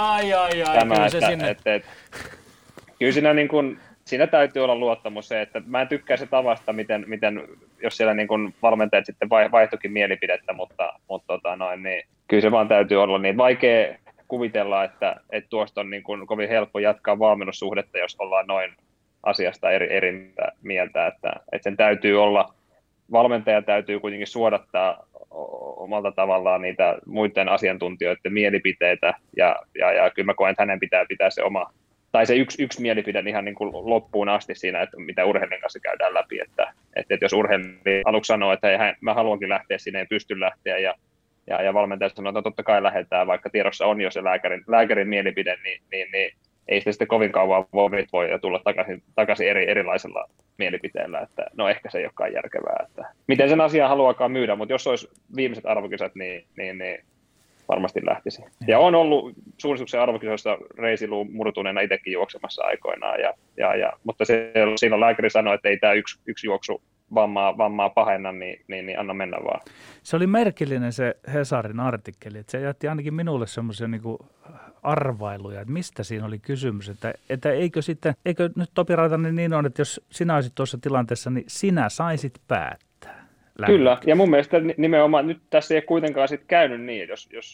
Kyllä siinä niin kuin, siinä täytyy olla luottamus se, että mä en tykkää se tavasta, miten jos siellä niin kuin valmentajat sitten vaihtoikin mielipidettä, mutta niin kyllä se vaan täytyy olla niin vaikea kuvitella, että tuosta on niin kuin kovin helppo jatkaa valmennussuhdetta, jos ollaan noin asiasta eri mieltä, että sen täytyy olla, valmentaja täytyy kuitenkin suodattaa omalta tavallaan niitä muiden asiantuntijoiden mielipiteitä ja kyllä mä koen, että hänen pitää se oma tai se yksi mielipide ihan niin kuin loppuun asti siinä, että mitä urheilijan kanssa käydään läpi, että jos urheilija aluksi sanoo, että hei, mä haluankin lähteä sinne, en pysty lähteä, ja valmentaja sanoo, että totta kai lähdetään, vaikka tiedossa on jo se lääkärin mielipide, niin ei sitä sitten kovin kauan voi tulla takaisin erilaisella mielipiteellä, että no ehkä se ei olekaan järkevää, että miten sen asian haluakaan myydä, mutta jos olisi viimeiset arvokisat, niin varmasti lähtisi. Ja on ollut suunnistuksen arvokisoissa reisiluun murtuneena itsekin juoksemassa aikoinaan, mutta siinä lääkäri sanoi, että ei tämä yksi juoksu vammaa pahenna, niin anna mennä vaan. Se oli merkillinen se Hesarin artikkeli, että se jätti ainakin minulle semmoisen niin kuin arvailuja, että mistä siinä oli kysymys, että eikö nyt Topi Raitanen niin on, että jos sinä olisit tuossa tilanteessa, niin sinä saisit päättää. Kyllä, ja mun mielestä nimenomaan nyt tässä ei kuitenkaan sit käynyt niin,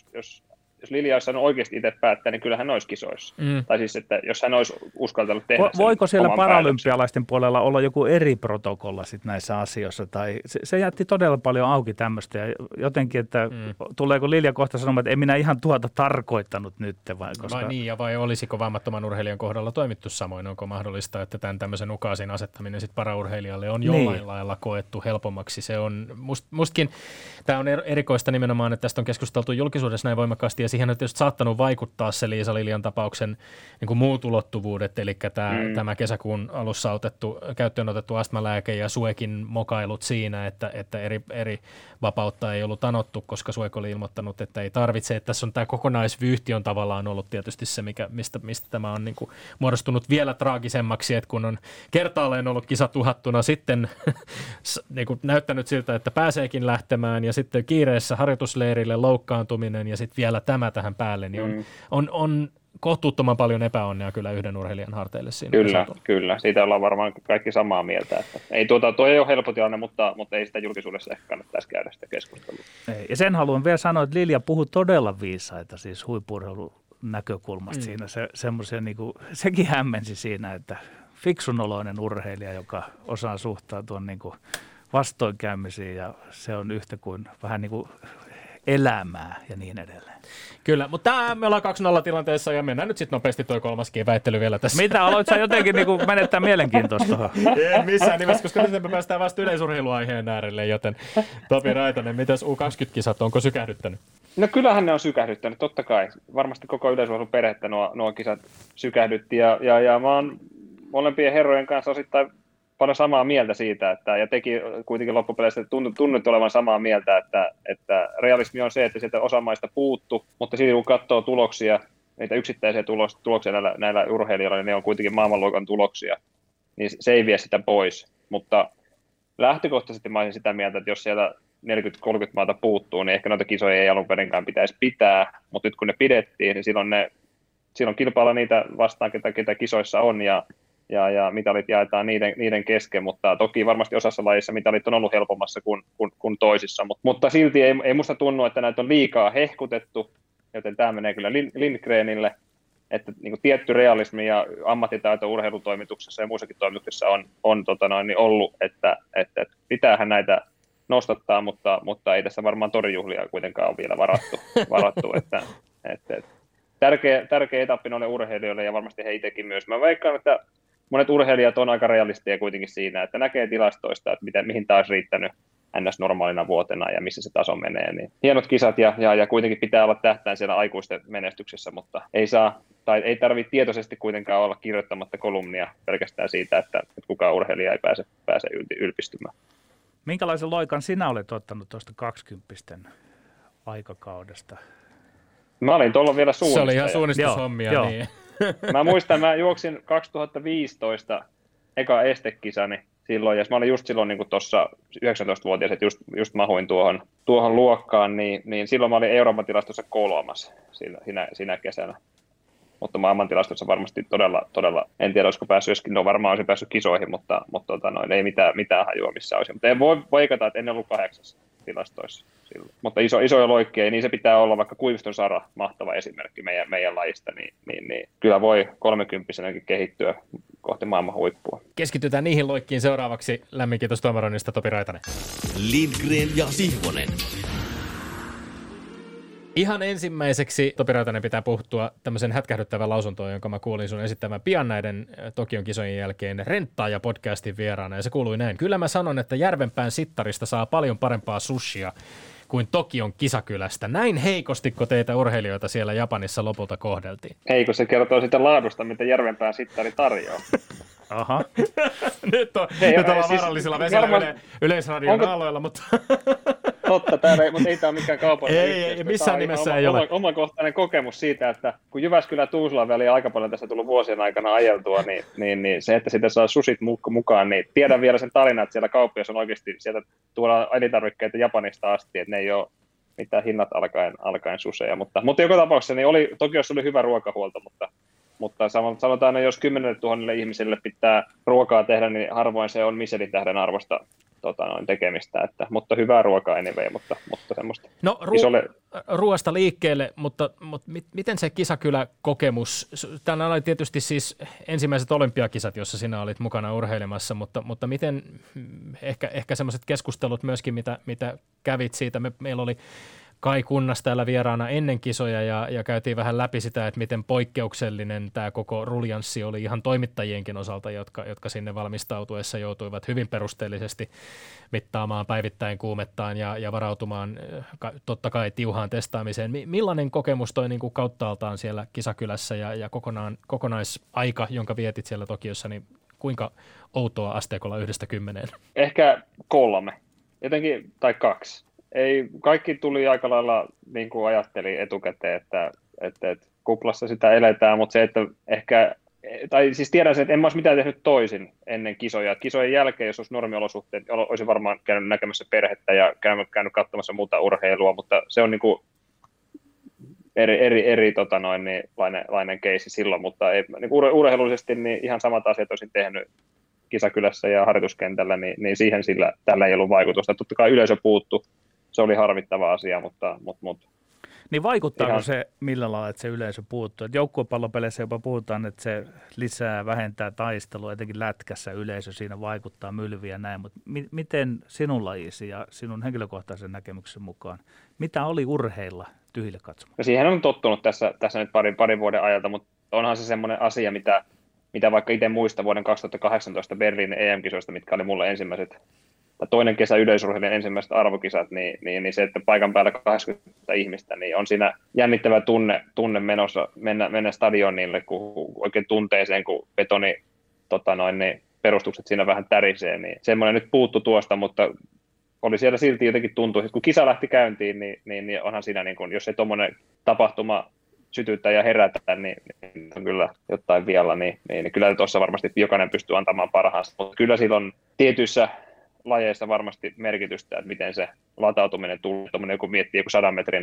jos Lilja olisi saanut oikeasti itse päättää, niin kyllä hän olisi kisoissa. Tai siis, että jos hän olisi uskaltanut tehdä voiko siellä paralympialaisten päätöksen puolella olla joku eri protokolla sit näissä asioissa? Tai se jätti todella paljon auki tämmöistä. Ja jotenkin, että tuleeko Lilja kohta sanomaan, että en minä ihan tuota tarkoittanut nyt. Vai olisiko vammattoman urheilijan kohdalla toimittu samoin? Onko mahdollista, että tämän tämmöisen ukaasin asettaminen sit paraurheilijalle on jollain lailla koettu helpommaksi? Se on, mustakin tämä on erikoista nimenomaan, että tästä on keskusteltu julkisuudessa näin voimakkaasti, ja siihen on tietysti saattanut vaikuttaa se Liisa Liljan tapauksen niin kuin muut ulottuvuudet, eli tämä kesäkuun alussa käyttöön otettu astmalääke ja Suekin mokailut siinä, että eri vapautta ei ollut anottu, koska Suek oli ilmoittanut, että ei tarvitse. Että tässä on tämä kokonaisvyyhti on tavallaan ollut tietysti se, mistä tämä on niin kuin muodostunut vielä traagisemmaksi, että kun on kertaalleen ollut kisat uhattuna, sitten niin kuin näyttänyt siltä, että pääseekin lähtemään, ja sitten kiireessä harjoitusleirille loukkaantuminen, ja sitten vielä tämä tähän päälle, niin on kohtuuttoman paljon epäonnea kyllä yhden urheilijan harteille siinä. Kyllä. Siitä ollaan varmaan kaikki samaa mieltä. Että ei tuo ei ole helppo tilanne, mutta ei sitä julkisuudessa ehkä kannattaisi käydä sitä keskustelua. Ja sen haluan vielä sanoa, että Lilja puhui todella viisaita siis huippu-urheilun näkökulmasta siinä. Semmoisia, niin kuin, sekin hämmensi siinä, että fiksunoloinen urheilija, joka osaa suhtautua niin kuin vastoinkäymisiin, ja se on yhtä kuin vähän niin kuin elämää ja niin edelleen. Kyllä, mutta me ollaan 2-0 tilanteessa ja mennään nyt sitten nopeasti toi kolmaskin väittely vielä tässä. Mitä, aloit sä jotenkin niin menettää mielenkiintoista? Ei missään nimessä, koska nyt me päästään vasta yleisurheiluaiheen äärelle, joten Topi Raitanen, mitäs U20-kisat, onko sykähdyttänyt? No kyllähän ne on sykähdyttänyt, totta kai. Varmasti koko yleisurheilun perhettä nuo kisat sykähdytti ja mä oon molempien herrojen kanssa osittain paljon samaa mieltä siitä, ja teki kuitenkin loppupeleissä tunnut olevan samaa mieltä, että realismi on se, että sieltä osa maista puuttu, mutta sitten kun katsoo tuloksia, niitä yksittäisiä tuloksia näillä urheilijoilla, niin ne on kuitenkin maailmanluokan tuloksia, niin se ei vie sitä pois. Mutta lähtökohtaisesti mä olisin sitä mieltä, että jos sieltä 40-30 maata puuttuu, niin ehkä noita kisoja ei alun perinkään pitäisi pitää, mutta nyt kun ne pidettiin, niin silloin kilpailla niitä vastaan, ketä kisoissa on, ja mitalit jaetaan niiden kesken, mutta toki varmasti osassa lajissa mitalit on ollut helpommassa kuin toisissa, mutta silti ei musta tunnu, että näitä on liikaa hehkutettu, joten tämä menee kyllä Lindgrenille, että niin kuin tietty realismi ja ammattitaito urheilutoimituksessa ja muissakin toimituksissa on ollut, että pitäähän näitä nostattaa, mutta ei tässä varmaan torijuhlia kuitenkaan ole vielä varattu että tärkeä etappi noille urheilijoille ja varmasti he itsekin myös. Mä veikkaan, että monet urheilijat on aika realistia kuitenkin siinä, että näkee tilastoista, että mihin taas riittänyt NS-normaalina vuotena ja missä se taso menee. Niin hienot kisat ja kuitenkin pitää olla tähtäin siellä aikuisten menestyksessä, mutta ei tarvitse tietoisesti kuitenkaan olla kirjoittamatta kolumnia pelkästään siitä, että kukaan urheilija ei pääse ylpistymään. Minkälaisen loikan sinä olet ottanut tuosta 20 aikakaudesta? Mä olin tuolla vielä suunnistaja. Se oli ihan suunnistushommia. Niin. Mä muistan, mä juoksin 2015 eka estekisani silloin, ja mä olin just silloin niin tuossa 19-vuotias, että just mahuin tuohon luokkaan, niin silloin mä olin Euroopan tilastossa 3. siinä kesänä. Mutta maailmantilastossa varmasti todella, en tiedä olisiko päässyt, varmaan olisin päässyt kisoihin, mutta ei mitään hajua missä olisi. Mutta en voi veikata, että en ollut 8 tilastoissa silloin. Mutta isoja loikkia, niin se pitää olla, vaikka Kuiviston Sara, mahtava esimerkki meidän lajista, niin kyllä voi 30-vuotiaanakin kehittyä kohti maailman huippua. Keskitytään niihin loikkiin seuraavaksi. Lämmin kiitos tuomaroinnista, Topi Raitanen. Lindgren ja Sihvonen. Ihan ensimmäiseksi, Topi Raitanen, pitää puhuttua tämmöisen hätkähdyttävän lausuntoon, jonka mä kuulin sun esittämään pian näiden Tokion kisojen jälkeen Renttaaja podcastin vieraana, ja se kuului näin. Kyllä mä sanon, että Järvenpään sittarista saa paljon parempaa sushia kuin Tokion kisakylästä. Näin heikostiko teitä urheilijoita siellä Japanissa lopulta kohdeltiin? Eikö se kertoo sitä laadusta, mitä Järvenpään sittari tarjoaa? Aha. Nyt ollaan vaarallisilla vesillä Yleisradion aloilla, mutta... Totta, mutta ei tämä ole mikään kaupallinen yhteistyö. Ei, missään nimessä ei ole. Omakohtainen kokemus siitä, että kun Jyväskylä-Tuusulan väliä aika paljon tässä tullut vuosien aikana ajeltua, niin se, että sitä saa susit mukaan, niin tiedän vielä sen tarinan, että siellä kauppias on oikeasti, sieltä tuodaan elintarvikkeita Japanista asti, että ne ei ole mitään hinnat alkaen suseja. Mutta joka tapauksessa niin Tokiossa oli hyvä ruokahuolto, mutta sanotaan, että jos 10 000 ihmiselle pitää ruokaa tehdä, niin harvoin se on Michelin tähden arvosta tekemistä, mutta hyvää ruokaa anyway, mutta semmoista. No ruoasta liikkeelle, mutta miten se Kisakylä-kokemus, tämä oli tietysti siis ensimmäiset olympiakisat, jossa sinä olit mukana urheilemassa, mutta miten ehkä semmoiset keskustelut myöskin, mitä kävit siitä, meillä oli Kai Kunnas täällä vieraana ennen kisoja ja käytiin vähän läpi sitä, että miten poikkeuksellinen tämä koko ruljanssi oli ihan toimittajienkin osalta, jotka sinne valmistautuessa joutuivat hyvin perusteellisesti mittaamaan päivittäin kuumettaan ja varautumaan totta kai tiuhaan testaamiseen. Millainen kokemus toi niin kuin kauttaaltaan siellä Kisakylässä ja kokonaisaika, jonka vietit siellä Tokiossa, niin kuinka outoa asteikolla 1–10? Ehkä 3, jotenkin, tai 2. Ei, kaikki tuli aika lailla niin kuin ajattelin etukäteen, että kuplassa sitä eletään, mutta se, että ehkä, tai siis tiedän sen, että en mä olisi mitään tehnyt toisin ennen kisoja. Kisojen jälkeen, jos olisi normiolosuhteet, olisin varmaan käynyt näkemässä perhettä ja käynyt katsomassa muuta urheilua, mutta se on niin kuin lainen keissi silloin, mutta ei, niin urheilullisesti niin ihan samat asiat olisin tehnyt Kisakylässä ja harjoituskentällä, niin siihen tällä ei ollut vaikutusta. Totta kai yleisö puuttu. Se oli harmittava asia, mutta. Niin vaikuttaako se millä lailla, että se yleisö puuttuu? Että joukkuepallopeleissä jopa puhutaan, että se vähentää taistelua, etenkin lätkässä yleisö siinä vaikuttaa mylviä ja näin, mutta miten sinun lajisi ja sinun henkilökohtaisen näkemyksen mukaan, mitä oli urheilla tyhjille katsomaan? No siihen on tottunut tässä nyt parin vuoden ajalta, mutta onhan se semmoinen asia, mitä vaikka itse muista vuoden 2018 Berliinin EM-kisoista, mitkä oli mulle ensimmäiset, tai toinen kesä yleisurheilijan ensimmäiset arvokisat, niin se, että paikan päällä 80 ihmistä, niin on siinä jännittävä tunne mennä stadionille, kun oikein tunteeseen, kun betoni niin perustukset siinä vähän tärisee, niin semmoinen nyt puuttu tuosta, mutta oli siellä silti jotenkin tuntuu, että kun kisa lähti käyntiin, niin onhan siinä, niin kun, jos ei tuommoinen tapahtuma sytyttää ja herätä, niin on kyllä jotain vielä, niin kyllä tuossa varmasti jokainen pystyy antamaan parhaansa, mutta kyllä silloin tietyissä lajeissa varmasti merkitystä, että miten se latautuminen tulee, joku miettii joku 100 metrin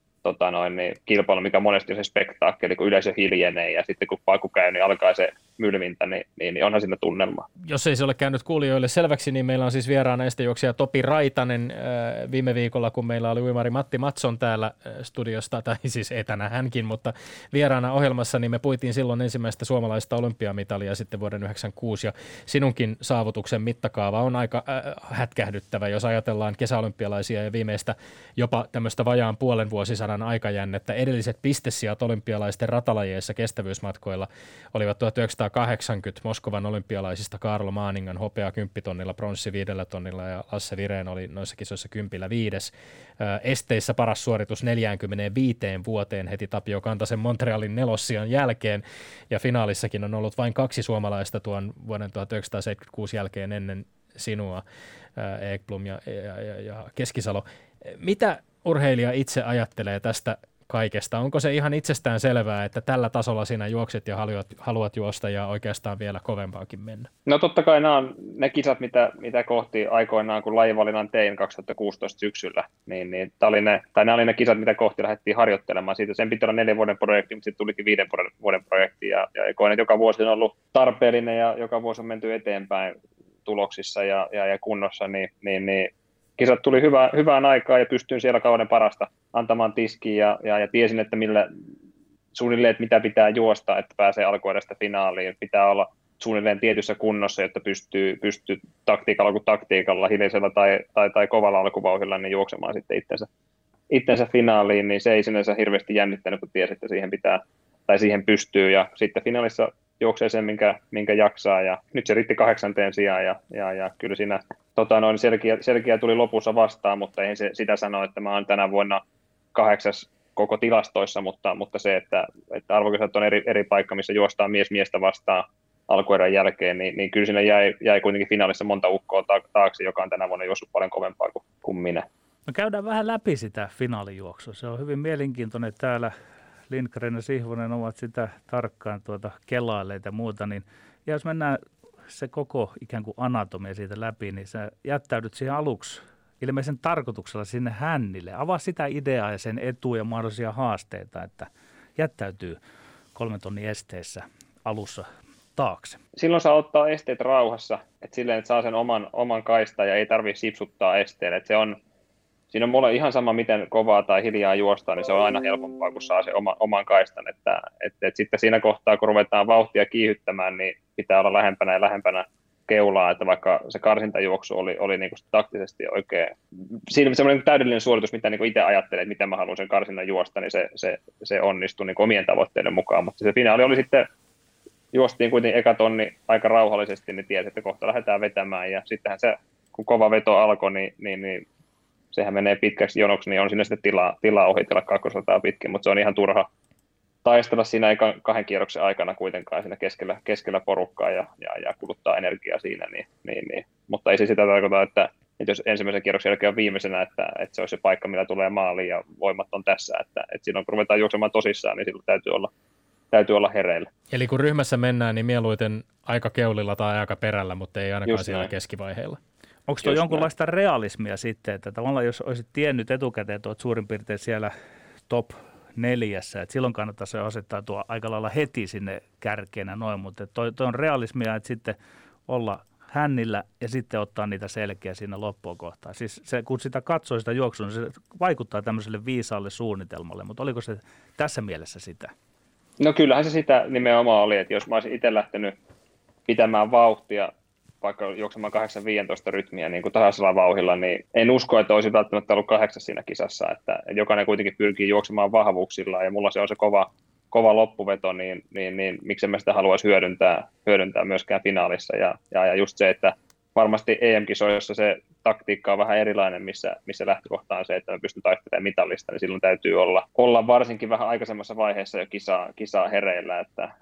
niin kilpailu, mikä monesti on se spektaakkeli, kun yleisö hiljenee ja sitten kun paikku käy, niin alkaa se mylvintä, niin onhan siinä tunnelma. Jos ei se ole käynyt kuulijoille selväksi, niin meillä on siis vieraana estejuoksija Topi Raitanen viime viikolla, kun meillä oli uimari Matti Matson täällä studiosta, tai siis etänä hänkin, mutta vieraana ohjelmassa, niin me puitiin silloin ensimmäistä suomalaista olympiamitalia sitten vuoden 1996, ja sinunkin saavutuksen mittakaava on aika hätkähdyttävä, jos ajatellaan kesäolympialaisia ja viimeistä jopa tämmöistä vajaan puolen vuosisadan aikajännettä. Edelliset pistesijat olympialaisten ratalajeissa kestävyysmatkoilla olivat 1980 Moskovan olympialaisista Karlo Maaningan hopea 10 tonnilla, pronssi 5 tonnilla ja Lasse Virén oli noissa kisoissa 10 5. Esteissä paras suoritus 45 vuoteen heti Tapio Kantasen Montrealin nelossijan jälkeen ja finaalissakin on ollut vain 2 suomalaista tuon vuoden 1976 jälkeen ennen sinua, Ekblom ja Keskisalo. Mitä urheilija itse ajattelee tästä kaikesta? Onko se ihan itsestään selvää, että tällä tasolla sinä juokset ja haluat juosta ja oikeastaan vielä kovempaakin mennä? No totta kai nämä on ne kisat, mitä kohti aikoinaan, kun lajivalinnan tein 2016 syksyllä, niin nämä oli ne kisat, mitä kohti lähdettiin harjoittelemaan. Siitä sen piti olla 4 vuoden projekti, mutta sitten tulikin 5 vuoden projekti ja koen, että joka vuosi on ollut tarpeellinen ja joka vuosi on menty eteenpäin tuloksissa ja kunnossa, niin kisat tuli hyvään aikaan ja pystyin siellä kauden parasta antamaan tiskiin ja tiesin, että suunnilleen, että mitä pitää juosta, että pääsee alkuerästä finaaliin. Pitää olla suunnilleen tietyssä kunnossa, jotta pystyy taktiikalla, hiljaisella tai kovalla alkuvauhdilla niin juoksemaan sitten itsensä finaaliin, niin se ei sinänsä hirveästi jännittänyt, kun tiesi, että siihen pystyy ja sitten finaalissa juoksee sen, minkä jaksaa, ja nyt se riitti 8. sijaan, ja kyllä siinä selkeä tuli lopussa vastaan, mutta eihän se sitä sano, että mä oon tänä vuonna 8. koko tilastoissa, mutta se, että arvokisat on eri paikka, missä juostaan miestä vastaan alkuerän jälkeen, niin kyllä siinä jäi kuitenkin finaalissa monta ukkoa taakse, joka on tänä vuonna juossut paljon kovempaa kuin minä. No käydään vähän läpi sitä finaalijuoksua. Se on hyvin mielenkiintoinen täällä. Lindgren ja Sihvonen ovat sitä tarkkaan kelailleet ja muuta, niin ja jos mennään se koko ikään kuin anatomia siitä läpi, niin sä jättäydyt siihen aluksi ilmeisen tarkoituksella sinne hännille. Avaa sitä ideaa ja sen etuja ja mahdollisia haasteita, että jättäytyy 3 tonnin esteessä alussa taakse. Silloin saa ottaa esteet rauhassa, että silleen, että saa sen oman kaistan ja ei tarvitse sipsuttaa esteelle. Että siinä on mulle ihan sama, miten kovaa tai hiljaa juostaan, niin se on aina helpompaa, kun saa sen oman kaistan. Että sitten siinä kohtaa, kun ruvetaan vauhtia kiihyttämään, niin pitää olla lähempänä ja lähempänä keulaa, että vaikka se karsintajuoksu oli niin kuin taktisesti oikein, siinä semmoinen täydellinen suoritus, mitä niin itse ajattelee, että miten mä haluan sen karsinnan juosta, niin se onnistui niin omien tavoitteiden mukaan, mutta se finaali oli sitten, juostiin kuitenkin eka tonni aika rauhallisesti, niin tiesi, että kohta lähdetään vetämään, ja sittenhän se, kun kova veto alkoi, niin sehän menee pitkäksi jonoksi, niin on siinä sitten tilaa ohitella 200 pitkin, mutta se on ihan turha taistella siinä 2 kierroksen aikana kuitenkaan siinä keskellä porukkaa ja kuluttaa energiaa siinä, niin. Mutta ei se sitä tarkoita, että jos ensimmäisen kierroksen jälkeen on viimeisenä, että se olisi se paikka, millä tulee maaliin ja voimat on tässä, että silloin kun ruvetaan juoksemaan tosissaan, niin silloin täytyy olla hereillä. Eli kun ryhmässä mennään, niin mieluiten aika keulilla tai aika perällä, mutta ei ainakaan siellä keskivaiheilla. Onko tuo jonkunlaista realismia sitten, että tavallaan jos olisit tiennyt etukäteen, että olet suurin piirtein siellä top 4, että silloin kannattaisi asettaa tuo aika lailla heti sinne kärkeenä noin, mutta toi on realismia, että sitten olla hännillä ja sitten ottaa niitä selkeä siinä loppuun kohtaan. Siis se, kun sitä katsoo sitä juoksua, niin se vaikuttaa tämmöiselle viisaalle suunnitelmalle, mutta oliko se tässä mielessä sitä? No kyllähän se sitä nimenomaan oli, että jos mä olisin itse lähtenyt pitämään vauhtia, vaikka juoksemaan 8-15 rytmiä niin kuin tasaisella vauhdilla, niin en usko, että olisi välttämättä ollut 8 siinä kisassa, että jokainen kuitenkin pyrkii juoksemaan vahvuuksilla ja mulla se on se kova loppuveto, niin miksi mä sitä haluaisi hyödyntää myöskään finaalissa ja just se, että varmasti EM-kisoissa se taktiikka on vähän erilainen, missä lähtökohta on se, että me pystyn taistelemaan mitallista, niin silloin täytyy olla varsinkin vähän aikaisemmassa vaiheessa jo kisaa hereillä, että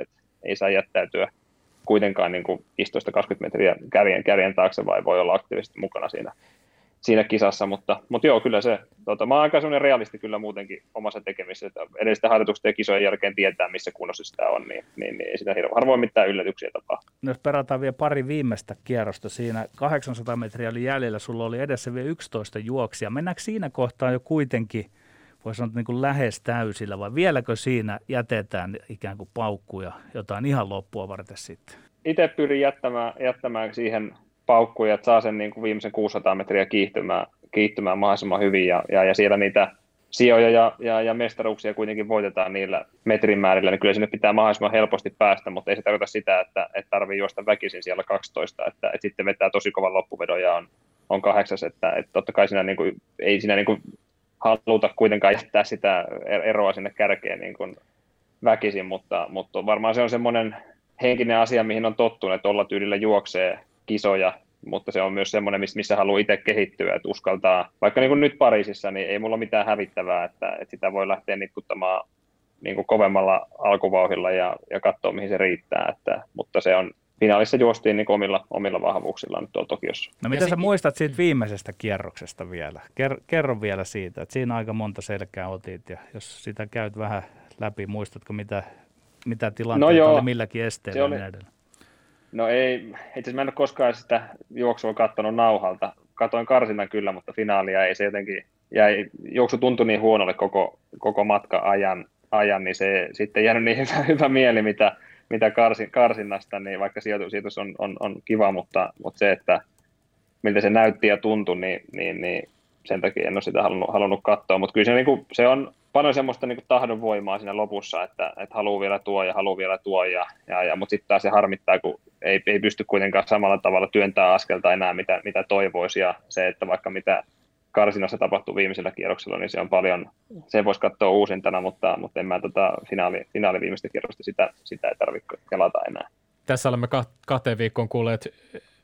ei saa jättäytyä kuitenkaan niin kuin 15-20 metriä kärjen taakse, vai voi olla aktiivisesti mukana siinä kisassa, mutta joo, kyllä se, mä oon aika sellainen realisti kyllä muutenkin omassa tekemisessä, että edellisten harjoituksista ja kisojen jälkeen tietää, missä kunnossa sitä on, niin ei sitä harvoin mitään yllätyksiä tapahtuu. No jos perataan vielä pari viimeistä kierrosta, siinä 800 metriä oli jäljellä, sulla oli edessä vielä 11 juoksia, mennäänkö siinä kohtaa jo kuitenkin, voisi sanoa, niin kuin lähes täysillä, vai vieläkö siinä jätetään ikään kuin paukkuja jotain ihan loppua varten sitten? Itse pyrin jättämään siihen paukkuja, että saa sen niin kuin viimeisen 600 metriä kiihtymään mahdollisimman hyvin, ja siellä niitä sijoja ja mestaruuksia kuitenkin voitetaan niillä metrin määrillä, niin kyllä sinne pitää mahdollisimman helposti päästä, mutta ei se tarkoita sitä, että tarvii juosta väkisin siellä 12, että sitten vetää tosi kovan loppuvedon ja on 8, että totta kai siinä niin kuin, ei siinä niin kuin haluta kuitenkaan jättää sitä eroa sinne kärkeen niin kuin väkisin, mutta varmaan se on semmoinen henkinen asia, mihin on tottunut, että olla tyylillä juoksee kisoja, mutta se on myös semmoinen, missä haluaa itse kehittyä, että uskaltaa, vaikka niin kuin nyt Pariisissa, niin ei mulla mitään hävittävää, että sitä voi lähteä nitkuttamaan niin kuin kovemmalla alkuvauhdilla ja katsoa, mihin se riittää, mutta se on finaalissa juostiin niin omilla vahvuuksillaan nyt tuolla Tokiossa. No mitä sä muistat siitä viimeisestä kierroksesta vielä? Kerro vielä siitä, että siinä aika monta selkää otit, ja jos sitä käyt vähän läpi, muistatko mitä tilanteita oli milläkin esteellä ja edellä? No ei, itse asiassa mä en ole koskaan sitä juoksua katsonut nauhalta. Katoin karsinnan kyllä, mutta finaalia ei se jotenkin, juoksu tuntui niin huonolle koko matka-ajan, niin se sitten jäänyt niin hyvä mieli, mitä karsinnasta, niin vaikka sijoitus on kiva, mutta se, että miltä se näytti ja tuntui, niin sen takia en ole sitä halunnut katsoa, mutta kyllä se on paljon semmoista niin kuin tahdonvoimaa siinä lopussa, että haluaa vielä tuo, mutta sitten taas se harmittaa, kun ei pysty kuitenkaan samalla tavalla työntää askelta enää, mitä toivoisi, ja se, että vaikka mitä karsinnassa tapahtuu viimeisellä kierroksella, niin se on paljon, se voisi katsoa uusintana, mutta en mä finaali viimeistä kierrosta, sitä ei tarvitse kelata enää. Tässä olemme 2 viikkoon kuulleet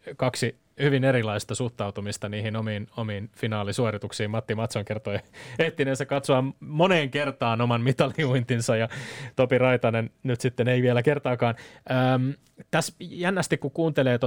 2 hyvin erilaista suhtautumista niihin omiin finaalisuorituksiin. Matti Matson kertoi ehtineensä katsoa moneen kertaan oman mitaliuintinsa, ja Topi Raitanen nyt sitten ei vielä kertaakaan. Tässä jännästi, kun kuuntelee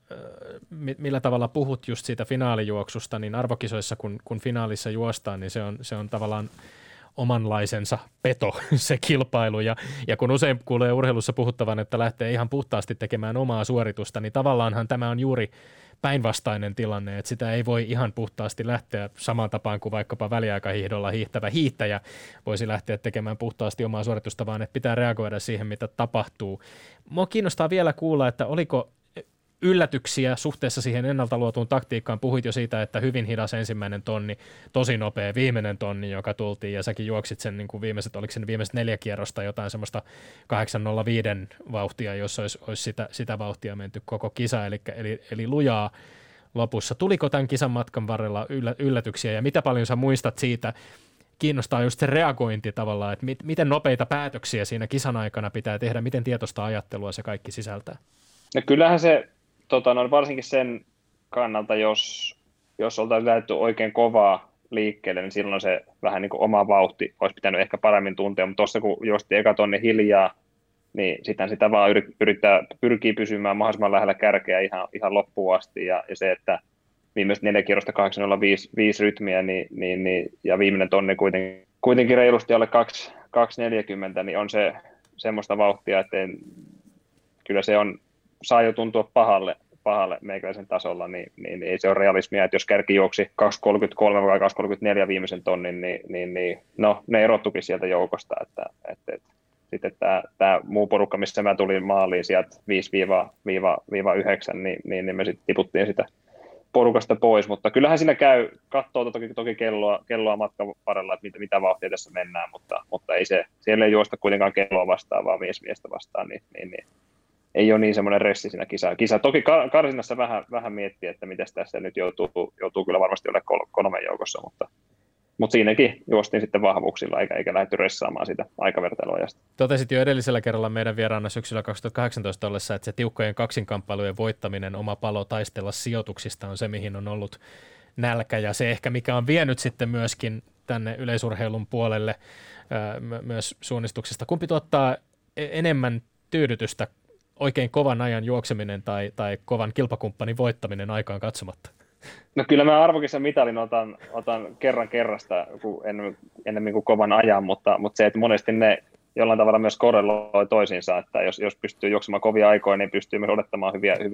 millä tavalla puhut just siitä finaalijuoksusta, niin arvokisoissa, kun finaalissa juostaan, niin se on tavallaan omanlaisensa peto se kilpailu ja kun usein kuulee urheilussa puhuttavan, että lähtee ihan puhtaasti tekemään omaa suoritusta, niin tavallaanhan tämä on juuri päinvastainen tilanne, että sitä ei voi ihan puhtaasti lähteä samaan tapaan kuin vaikkapa väliaikahiihdolla hiihtävä hiihtäjä voisi lähteä tekemään puhtaasti omaa suoritusta, vaan että pitää reagoida siihen, mitä tapahtuu. Mua kiinnostaa vielä kuulla, että oliko yllätyksiä suhteessa siihen ennalta luotuun taktiikkaan. Puhuit jo siitä, että hyvin hidas ensimmäinen tonni, tosi nopea viimeinen tonni, joka tultiin, ja säkin juoksit sen niin kuin oliko se viimeiset 4 kierrosta jotain semmoista 8.05 vauhtia, jos olisi sitä vauhtia menty koko kisa, eli lujaa lopussa. Tuliko tämän kisan matkan varrella yllätyksiä, ja mitä paljon sä muistat siitä? Kiinnostaa just se reagointi tavallaan, että miten nopeita päätöksiä siinä kisan aikana pitää tehdä, miten tietoista ajattelua se kaikki sisältää? No kyllähän se varsinkin sen kannalta, jos oltaisiin lähdetty oikein kovaa liikkeelle, niin silloin se vähän niin kuin oma vauhti olisi pitänyt ehkä paremmin tuntea, mutta tuossa kun juosti eka tonni hiljaa, niin sitä vaan pyrkii pysymään mahdollisimman lähellä kärkeä ihan loppuun asti, ja se, että viimeiset 4 kierrosta 8.05 rytmiä, niin, ja viimeinen tonni kuitenkin reilusti alle 2.40, niin on se semmoista vauhtia, että kyllä se saa jo tuntua pahalle meikäläisen tasolla, niin ei se ole realismia, että jos kärki juoksi 2.33 vai 2.34 viimeisen tonnin, niin no, ne erottukin sieltä joukosta, että sitten tämä muu porukka, missä mä tulin maaliin sieltä 5-9, niin me sitten tiputtiin sitä porukasta pois, mutta kyllähän siinä katsoo toki kelloa matkan varrella, että mitä vauhtia tässä mennään, mutta ei siellä ei juosta kuitenkaan kelloa vastaan, vaan miestä vastaan, niin ei ole niin semmoinen ressi siinä kisa. Toki karsinnassa vähän miettii, että miten tässä nyt joutuu kyllä varmasti olemaan 3 joukossa, mutta siinäkin juostiin sitten vahvuuksilla, eikä lähdetty ressaamaan sitä aikavertailuajasta. Totesit jo edellisellä kerralla meidän vieraana syksyllä 2018 ollessa, että se tiukkojen kaksinkamppailujen voittaminen, oma palo taistella sijoituksista on se, mihin on ollut nälkä, ja se ehkä mikä on vienyt sitten myöskin tänne yleisurheilun puolelle myös suunnistuksesta. Kumpi tuottaa enemmän tyydytystä, oikein kovan ajan juokseminen tai kovan kilpakumppanin voittaminen aikaan katsomatta? No kyllä mä arvokisan mitalin otan kerrasta ennemmin kuin kovan ajan, mutta se, että monesti ne jollain tavalla myös korreloi toisiinsa, että jos pystyy juoksemaan kovia aikoja, niin pystyy myös odottamaan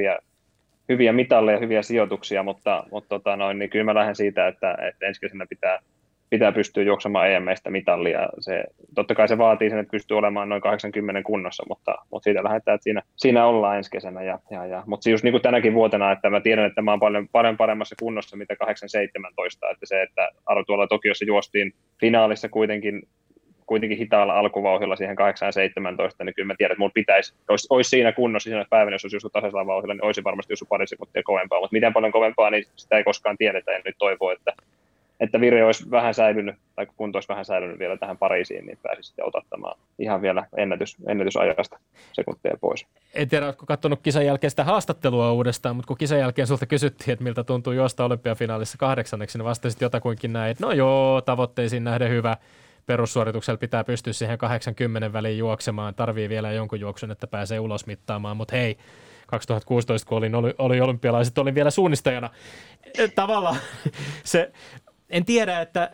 hyviä mitalleja, hyviä sijoituksia, mutta niin kyllä mä lähden siitä, että ensimmäisenä pitää pystyä juoksemaan EM-stä mitallia. Totta kai se vaatii sen, että pystyy olemaan noin 80 kunnossa, mutta siitä lähdetään, että siinä ollaan ensi kesänä. Mutta just niin kuin tänäkin vuotena, että mä tiedän, että mä oon paljon paremmassa kunnossa, mitä 8.17, että se, että tuolla Tokiossa juostiin finaalissa kuitenkin hitaalla alkuvauhdilla siihen 8.17, niin kyllä mä tiedän, että mun pitäisi, olisi siinä kunnossa siinä päivänä, jos olisi just tasaisella vauhdilla, niin olisi varmasti just pari sekuntia kovempaa, mutta miten paljon kovempaa, niin sitä ei koskaan tiedetä, ja nyt toivoo, että vire olisi vähän säilynyt, tai kunto olisi vähän säilynyt vielä tähän Pariisiin, niin pääsisi sitten otattamaan ihan vielä ennätysajasta sekuntia pois. En tiedä, oletko katsonut kisan jälkeen sitä haastattelua uudestaan, mutta kun kisan jälkeen sulta kysyttiin, että miltä tuntuu juosta olympiafinaalissa 8, niin vastasit jotakuinkin näin, että no joo, tavoitteisiin nähden hyvä, perussuorituksella pitää pystyä siihen 80 väliin juoksemaan, tarvii vielä jonkun juoksun, että pääsee ulos mittaamaan, mutta hei, 2016, kun oli olympialaiset, olin vielä suunnistajana. Tavallaan se, en tiedä, että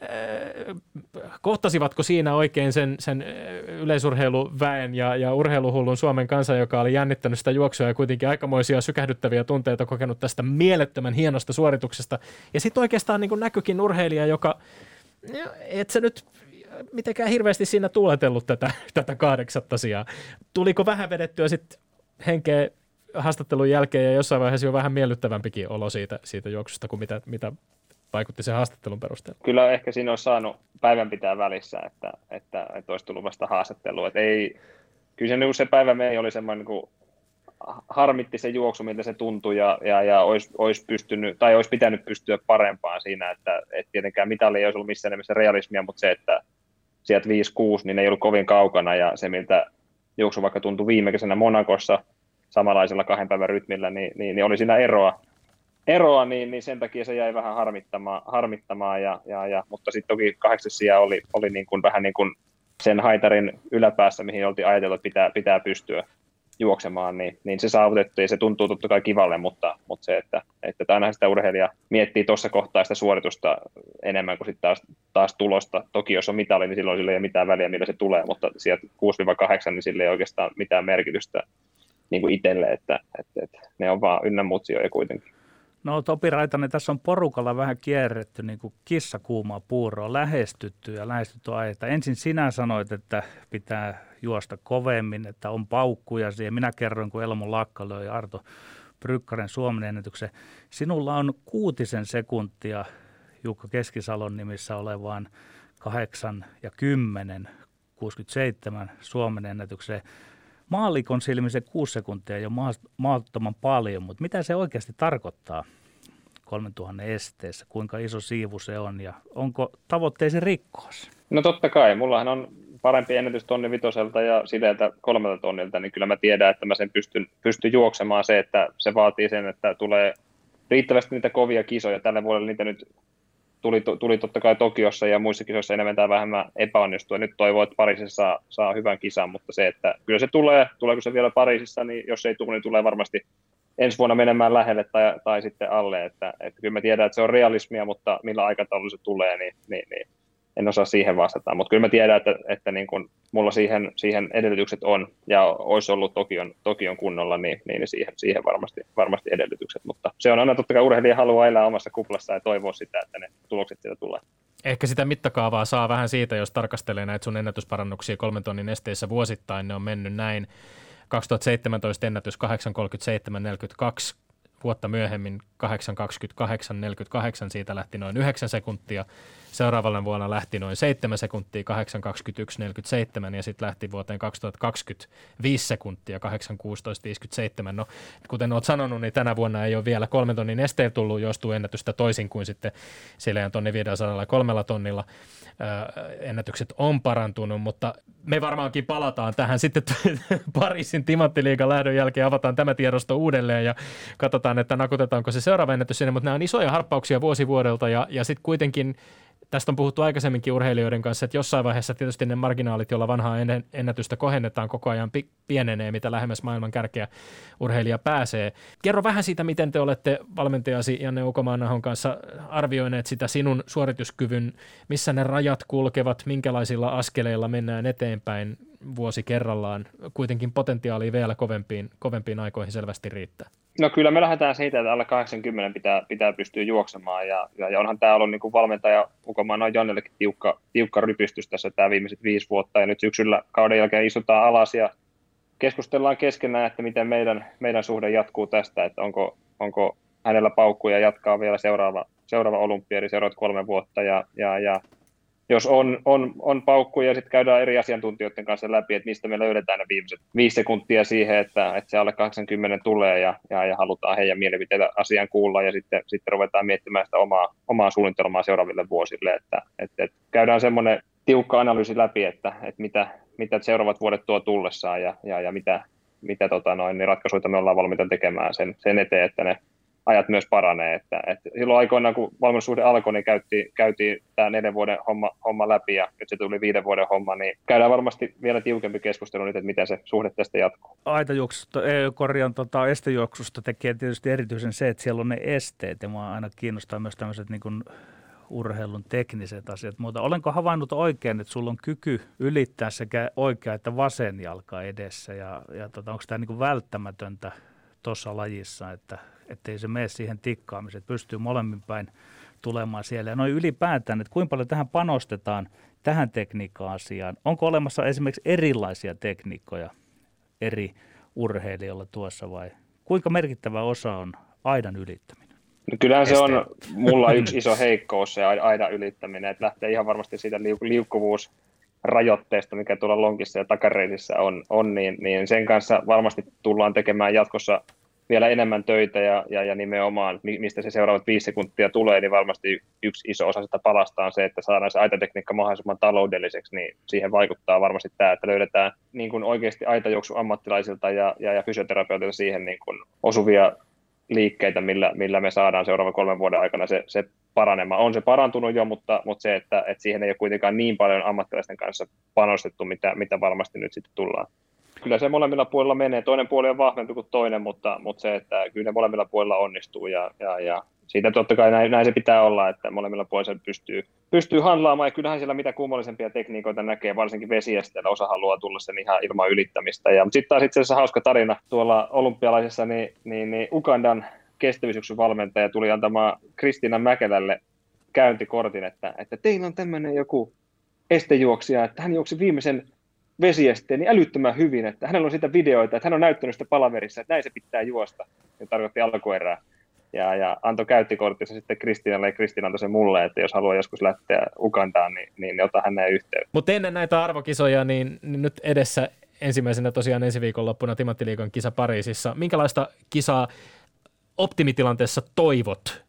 kohtasivatko siinä oikein sen yleisurheiluväen ja urheiluhullun Suomen kansan, joka oli jännittänyt sitä juoksua ja kuitenkin aikamoisia sykähdyttäviä tunteita kokenut tästä mielettömän hienosta suorituksesta. Ja sitten oikeastaan niin kuin näkyikin urheilija, joka, et sä nyt mitenkään hirveästi siinä tuuletellut tätä 8 sijaa. Tuliko vähän vedettyä sitten henkeä haastattelun jälkeen ja jossain vaiheessa jo vähän miellyttävämpikin olo siitä juoksusta kuin mitä vaikutti sen haastattelun perusteella? Kyllä ehkä siinä olisi saanut päivän pitää välissä, että olisi tullut vasta haastattelua. Kyllä se päivä meni oli semmoinen, niin harmitti se juoksu, miltä se tuntui ja olisi pystynyt, tai olisi pitänyt pystyä parempaan siinä, että tietenkään mitali ei olisi ollut missään nimessä realismia, mutta se, että sieltä 5-6, niin ne ei ollut kovin kaukana, ja se, miltä juoksu vaikka tuntui viime kesänä Monacossa samanlaisella 2 päivän rytmillä, niin oli siinä eroa, niin sen takia se jäi vähän harmittamaan mutta sitten toki 8 sijaa oli niin kuin, vähän niin kuin sen haitarin yläpäässä, mihin oltiin ajateltu, että pitää pystyä juoksemaan, niin se saavutettu ja se tuntuu totta kai kivalle, mutta se, että aina sitä urheilija miettii tuossa kohtaa sitä suoritusta enemmän kuin sitten taas tulosta. Toki jos on mitali, niin silloin sillä ei ole mitään väliä, millä se tulee, mutta sieltä 6-8, niin sillä ei oikeastaan mitään merkitystä niin kuin itselle, että ne on vaan ynnämutsioja kuitenkin. No Topi Raitanen, tässä on porukalla vähän kierretty niin kuin kissa kuumaa puuroa, lähestytty aiheesta. Ensin sinä sanoit, että pitää juosta kovemmin, että on paukkuja siihen. Minä kerroin, kun Elmo Lakka löi Arto Brykkaren Suomen ennätyksen. Sinulla on 6 sekuntia Jukka Keskisalon nimissä olevaan 8 ja 10, 67 Suomen ennätykseen. Maallikon silmin se 6 sekuntia ei ole mahdottoman paljon, mutta mitä se oikeasti tarkoittaa 3000 esteessä? Kuinka iso siivu se on ja onko tavoitteesi rikkoa se? No totta kai. Mullahan on parempi ennätys 1.5 ja Sileeltä 3 tonnilta, niin kyllä mä tiedän, että mä sen pystyn juoksemaan. Se, että se vaatii sen, että tulee riittävästi niitä kovia kisoja. Tällä vuodella niitä nyt tuli totta kai Tokiossa ja muissa kisoissa enemmän tai vähemmän epäonnistua. Nyt toivoo, että Pariisissa saa hyvän kisan, mutta se, että kyllä se tuleeko se vielä Pariisissa, niin jos ei tule, niin tulee varmasti ensi vuonna menemään lähelle tai sitten alle. Että kyllä mä tiedän, että se on realismia, mutta millä aikataululla se tulee, niin en osaa siihen vastata. Mutta kyllä mä tiedän, että niin kun mulla siihen edellytykset on ja olisi ollut Tokion kunnolla, niin siihen varmasti edellytykset. Mutta se on aina totta kai urheilija haluaa elää omassa kuplassa ja toivoa sitä, että ne tulokset sieltä tulee. Ehkä sitä mittakaavaa saa vähän siitä, jos tarkastelee näitä sun ennätysparannuksia 3 tonnin esteissä vuosittain. Ne on mennyt näin. 2017 ennätys 8.37.42. Vuotta myöhemmin 8.28.48, siitä lähti noin 9 sekuntia. Seuraavalla vuonna lähti noin 7 sekuntia, 8.21.47 ja sitten lähti vuoteen 2020 5 sekuntia, 8.16.57. No, kuten olet sanonut, niin tänä vuonna ei ole vielä 3 tonnin esteen tullut ennätystä toisin kuin sitten Sileän 1.500 ja 3 tonnilla. Ennätykset on parantunut, mutta me varmaankin palataan tähän sitten Pariisin timanttiliigan lähdön jälkeen, avataan tämä tiedosto uudelleen ja katsotaan, että nakutetaanko se seuraava ennätys sinne, mutta nämä on isoja harppauksia vuosi vuodelta ja sitten kuitenkin tästä on puhuttu aikaisemminkin urheilijoiden kanssa, että jossain vaiheessa tietysti ne marginaalit, joilla vanhaa ennätystä kohennetaan koko ajan pienenee, mitä lähemmäs maailman kärkeä urheilija pääsee. Kerro vähän siitä, miten te olette valmentajasi Janne Ukomaanahon kanssa arvioineet sitä sinun suorituskyvyn, missä ne rajat kulkevat, minkälaisilla askeleilla mennään eteenpäin vuosi kerrallaan. Kuitenkin potentiaalia vielä kovempiin aikoihin selvästi riittää. No kyllä me lähdetään siitä, että alle 80 pitää pystyä juoksemaan ja onhan tämä ollut niin kuin valmentaja Ukomaanahon Jannellekin tiukka rypistys tässä tämä viimeiset 5 vuotta ja nyt syksyllä kauden jälkeen istutaan alas ja keskustellaan keskenään, että miten meidän suhde jatkuu tästä, että onko hänellä paukkuja jatkaa vielä seuraava olympia, eli seuraavat 3 vuotta ja jos on paukkuja, sitten käydään eri asiantuntijoiden kanssa läpi, että mistä me löydetään ne viimeiset 5 sekuntia siihen, että se alle 80 tulee ja halutaan heidän mielipiteitä asiaan kuulla ja sitten ruvetaan miettimään sitä omaa suunnitelmaa seuraaville vuosille, että käydään semmoinen tiukka analyysi läpi, että mitä seuraavat vuodet tuo tullessaan ja mitä niin ratkaisuja me ollaan valmiita tekemään sen eteen, että ne ajat myös paranee, että silloin aikoinaan, kun valmennussuhde alkoi, niin käytiin tämä 4 vuoden homma läpi ja nyt se tuli 5 vuoden homma, niin käydään varmasti vielä tiukempi keskustelu nyt, että miten se suhde tästä jatkuu. Estejuoksusta tekee tietysti erityisen se, että siellä on ne esteet ja mua aina kiinnostaa myös tämmöiset niin kuin urheilun tekniset asiat. Mutta olenko havainnut oikein, että sulla on kyky ylittää sekä oikea että vasen jalka edessä ja onko tämä niin kuin välttämätöntä tuossa lajissa, ettei se mene siihen tikkaamiseen, että pystyy molemmin päin tulemaan siellä. Ja noin ylipäätään, että kuinka paljon tähän panostetaan, tähän tekniikka-asiaan. Onko olemassa esimerkiksi erilaisia tekniikkoja eri urheilijoilla tuossa vai kuinka merkittävä osa on aidan ylittäminen? No kyllähän se on mulla yksi iso heikkous se aidan ylittäminen, että lähtee ihan varmasti siitä liukkuvuusrajoitteesta, mikä tuolla lonkissa ja takareisissä on niin sen kanssa varmasti tullaan tekemään jatkossa vielä enemmän töitä ja nimenomaan, mistä se seuraavat 5 sekuntia tulee, niin varmasti yksi iso osa sitä palasta on se, että saadaan se aitatekniikka mahdollisimman taloudelliseksi, niin siihen vaikuttaa varmasti tämä, että löydetään niin kuin oikeasti aitajuoksun ammattilaisilta ja fysioterapeutilta siihen niin kuin osuvia liikkeitä, millä me saadaan seuraavan 3 vuoden aikana se paranemaan. On se parantunut jo, mutta se, että siihen ei ole kuitenkaan niin paljon ammattilaisten kanssa panostettu, mitä varmasti nyt sitten tullaan. Kyllä se molemmilla puolilla menee. Toinen puoli on vahvempi kuin toinen, mutta se, että kyllä ne molemmilla puolilla onnistuu ja siitä totta kai näin se pitää olla, että molemmilla puolilla pystyy handlaamaan ja kyllähän siellä mitä kummallisempia tekniikoita näkee, varsinkin vesiesteellä osa haluaa tulla sen ihan ilman ylittämistä. Ja sitten taas itse asiassa hauska tarina tuolla olympialaisessa, niin Ugandan kestävyysyksikön valmentaja tuli antamaan Kristiina Mäkelälle käyntikortin, että teillä on tämmöinen joku estejuoksija, että hän juoksi viimeisen vesiesteen niin älyttömän hyvin, että hänellä on sitä videoita, että hän on näyttänyt sitä palaverissa, että näin se pitää juosta. Ja tarkoitti alkuerää. Ja antoi käyttikorttinsa sitten Kristiinalle ja Kristiina antoi sen mulle, että jos haluaa joskus lähteä Ugandaan, niin ota häneen yhteyttä. Mutta ennen näitä arvokisoja, niin nyt edessä ensimmäisenä tosiaan ensi viikonloppuna Timanttiliigan kisa Pariisissa. Minkälaista kisaa optimitilanteessa toivot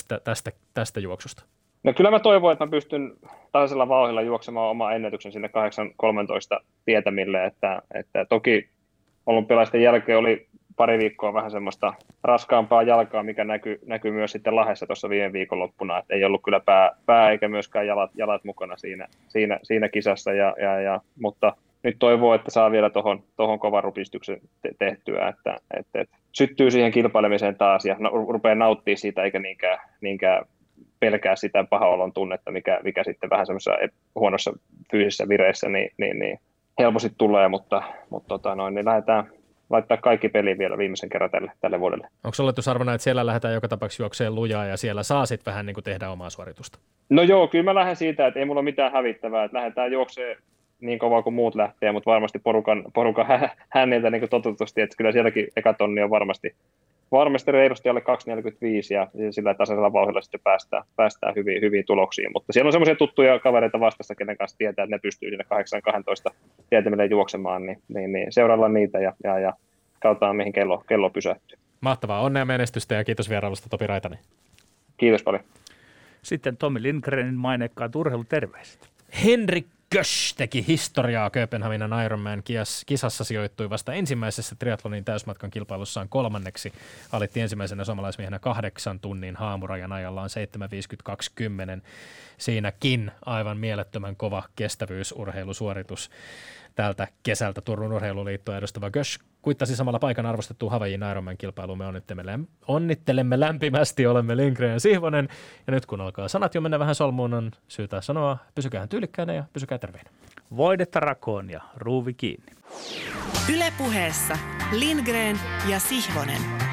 tästä juoksusta? No kyllä mä toivon, että mä pystyn tasaisella vauhdilla juoksemaan oman ennätyksen sinne 8.13 tietämille, että toki olympialaisten jälkeen oli pari viikkoa vähän semmoista raskaampaa jalkaa, mikä näkyy myös sitten Lahdessa tuossa viime viikonloppuna, että ei ollut kyllä pää eikä myöskään jalat mukana siinä kisassa, mutta nyt toivoo, että saa vielä tuohon kovan rupistyksen tehtyä, että syttyy siihen kilpailemiseen taas ja rupeaa nauttia siitä eikä niinkään pelkää sitä pahaolon tunnetta, mikä sitten vähän semmoisessa huonossa fyysisessä vireessä niin helposti tulee, mutta niin lähdetään laittaa kaikki peliin vielä viimeisen kerran tälle vuodelle. Onko oletusarvona, että siellä lähdetään joka tapauksessa juokseen lujaa ja siellä saa sitten vähän niin kuin tehdä omaa suoritusta? No joo, kyllä mä lähden siitä, että ei mulla ole mitään hävittävää, että lähdetään juokseen niin kovaa kuin muut lähtee, mutta varmasti porukan hänniltä niin kuin totutusti, että kyllä sielläkin eka tonni on varmasti reilusti alle 2.45 ja sillä tasaisella vauhdilla sitten päästään hyviin tuloksiin, mutta siellä on semmoisia tuttuja kavereita vastassa, kenen kanssa tietää, että ne pystyy sinne 8.12 tietämille juoksemaan, niin seuraillaan niitä ja katsotaan mihin kello pysähtyy. Mahtavaa, onnea menestystä ja kiitos vierailusta Topi Raitanen. Kiitos paljon. Sitten Tommi Lindgrenin maineikkaat urheiluterveiset. Henrik Gösch teki historiaa Kööpenhaminan Ironman kisassa, sijoittui vasta ensimmäisessä triathlonin täysmatkan kilpailussaan 3. Alitti ensimmäisenä suomalaismiehenä 8 tunnin haamurajan ajallaan 7.52.10. Siinäkin aivan mielettömän kova kestävyysurheilusuoritus tältä kesältä. Turun urheiluliittoa edustava Gösch kuittasi samalla paikan arvostettuun Havaijin Ironman-kilpailuun. Me onnittelemme lämpimästi, olemme Lindgren ja Sihvonen. Ja nyt kun alkaa sanat jo mennä vähän solmuun, on syytä sanoa, pysykää tyylikkäänä ja pysykää terveinä. Voidetta rakoon ja ruuvi kiinni. Yle Puheessa Lindgren ja Sihvonen.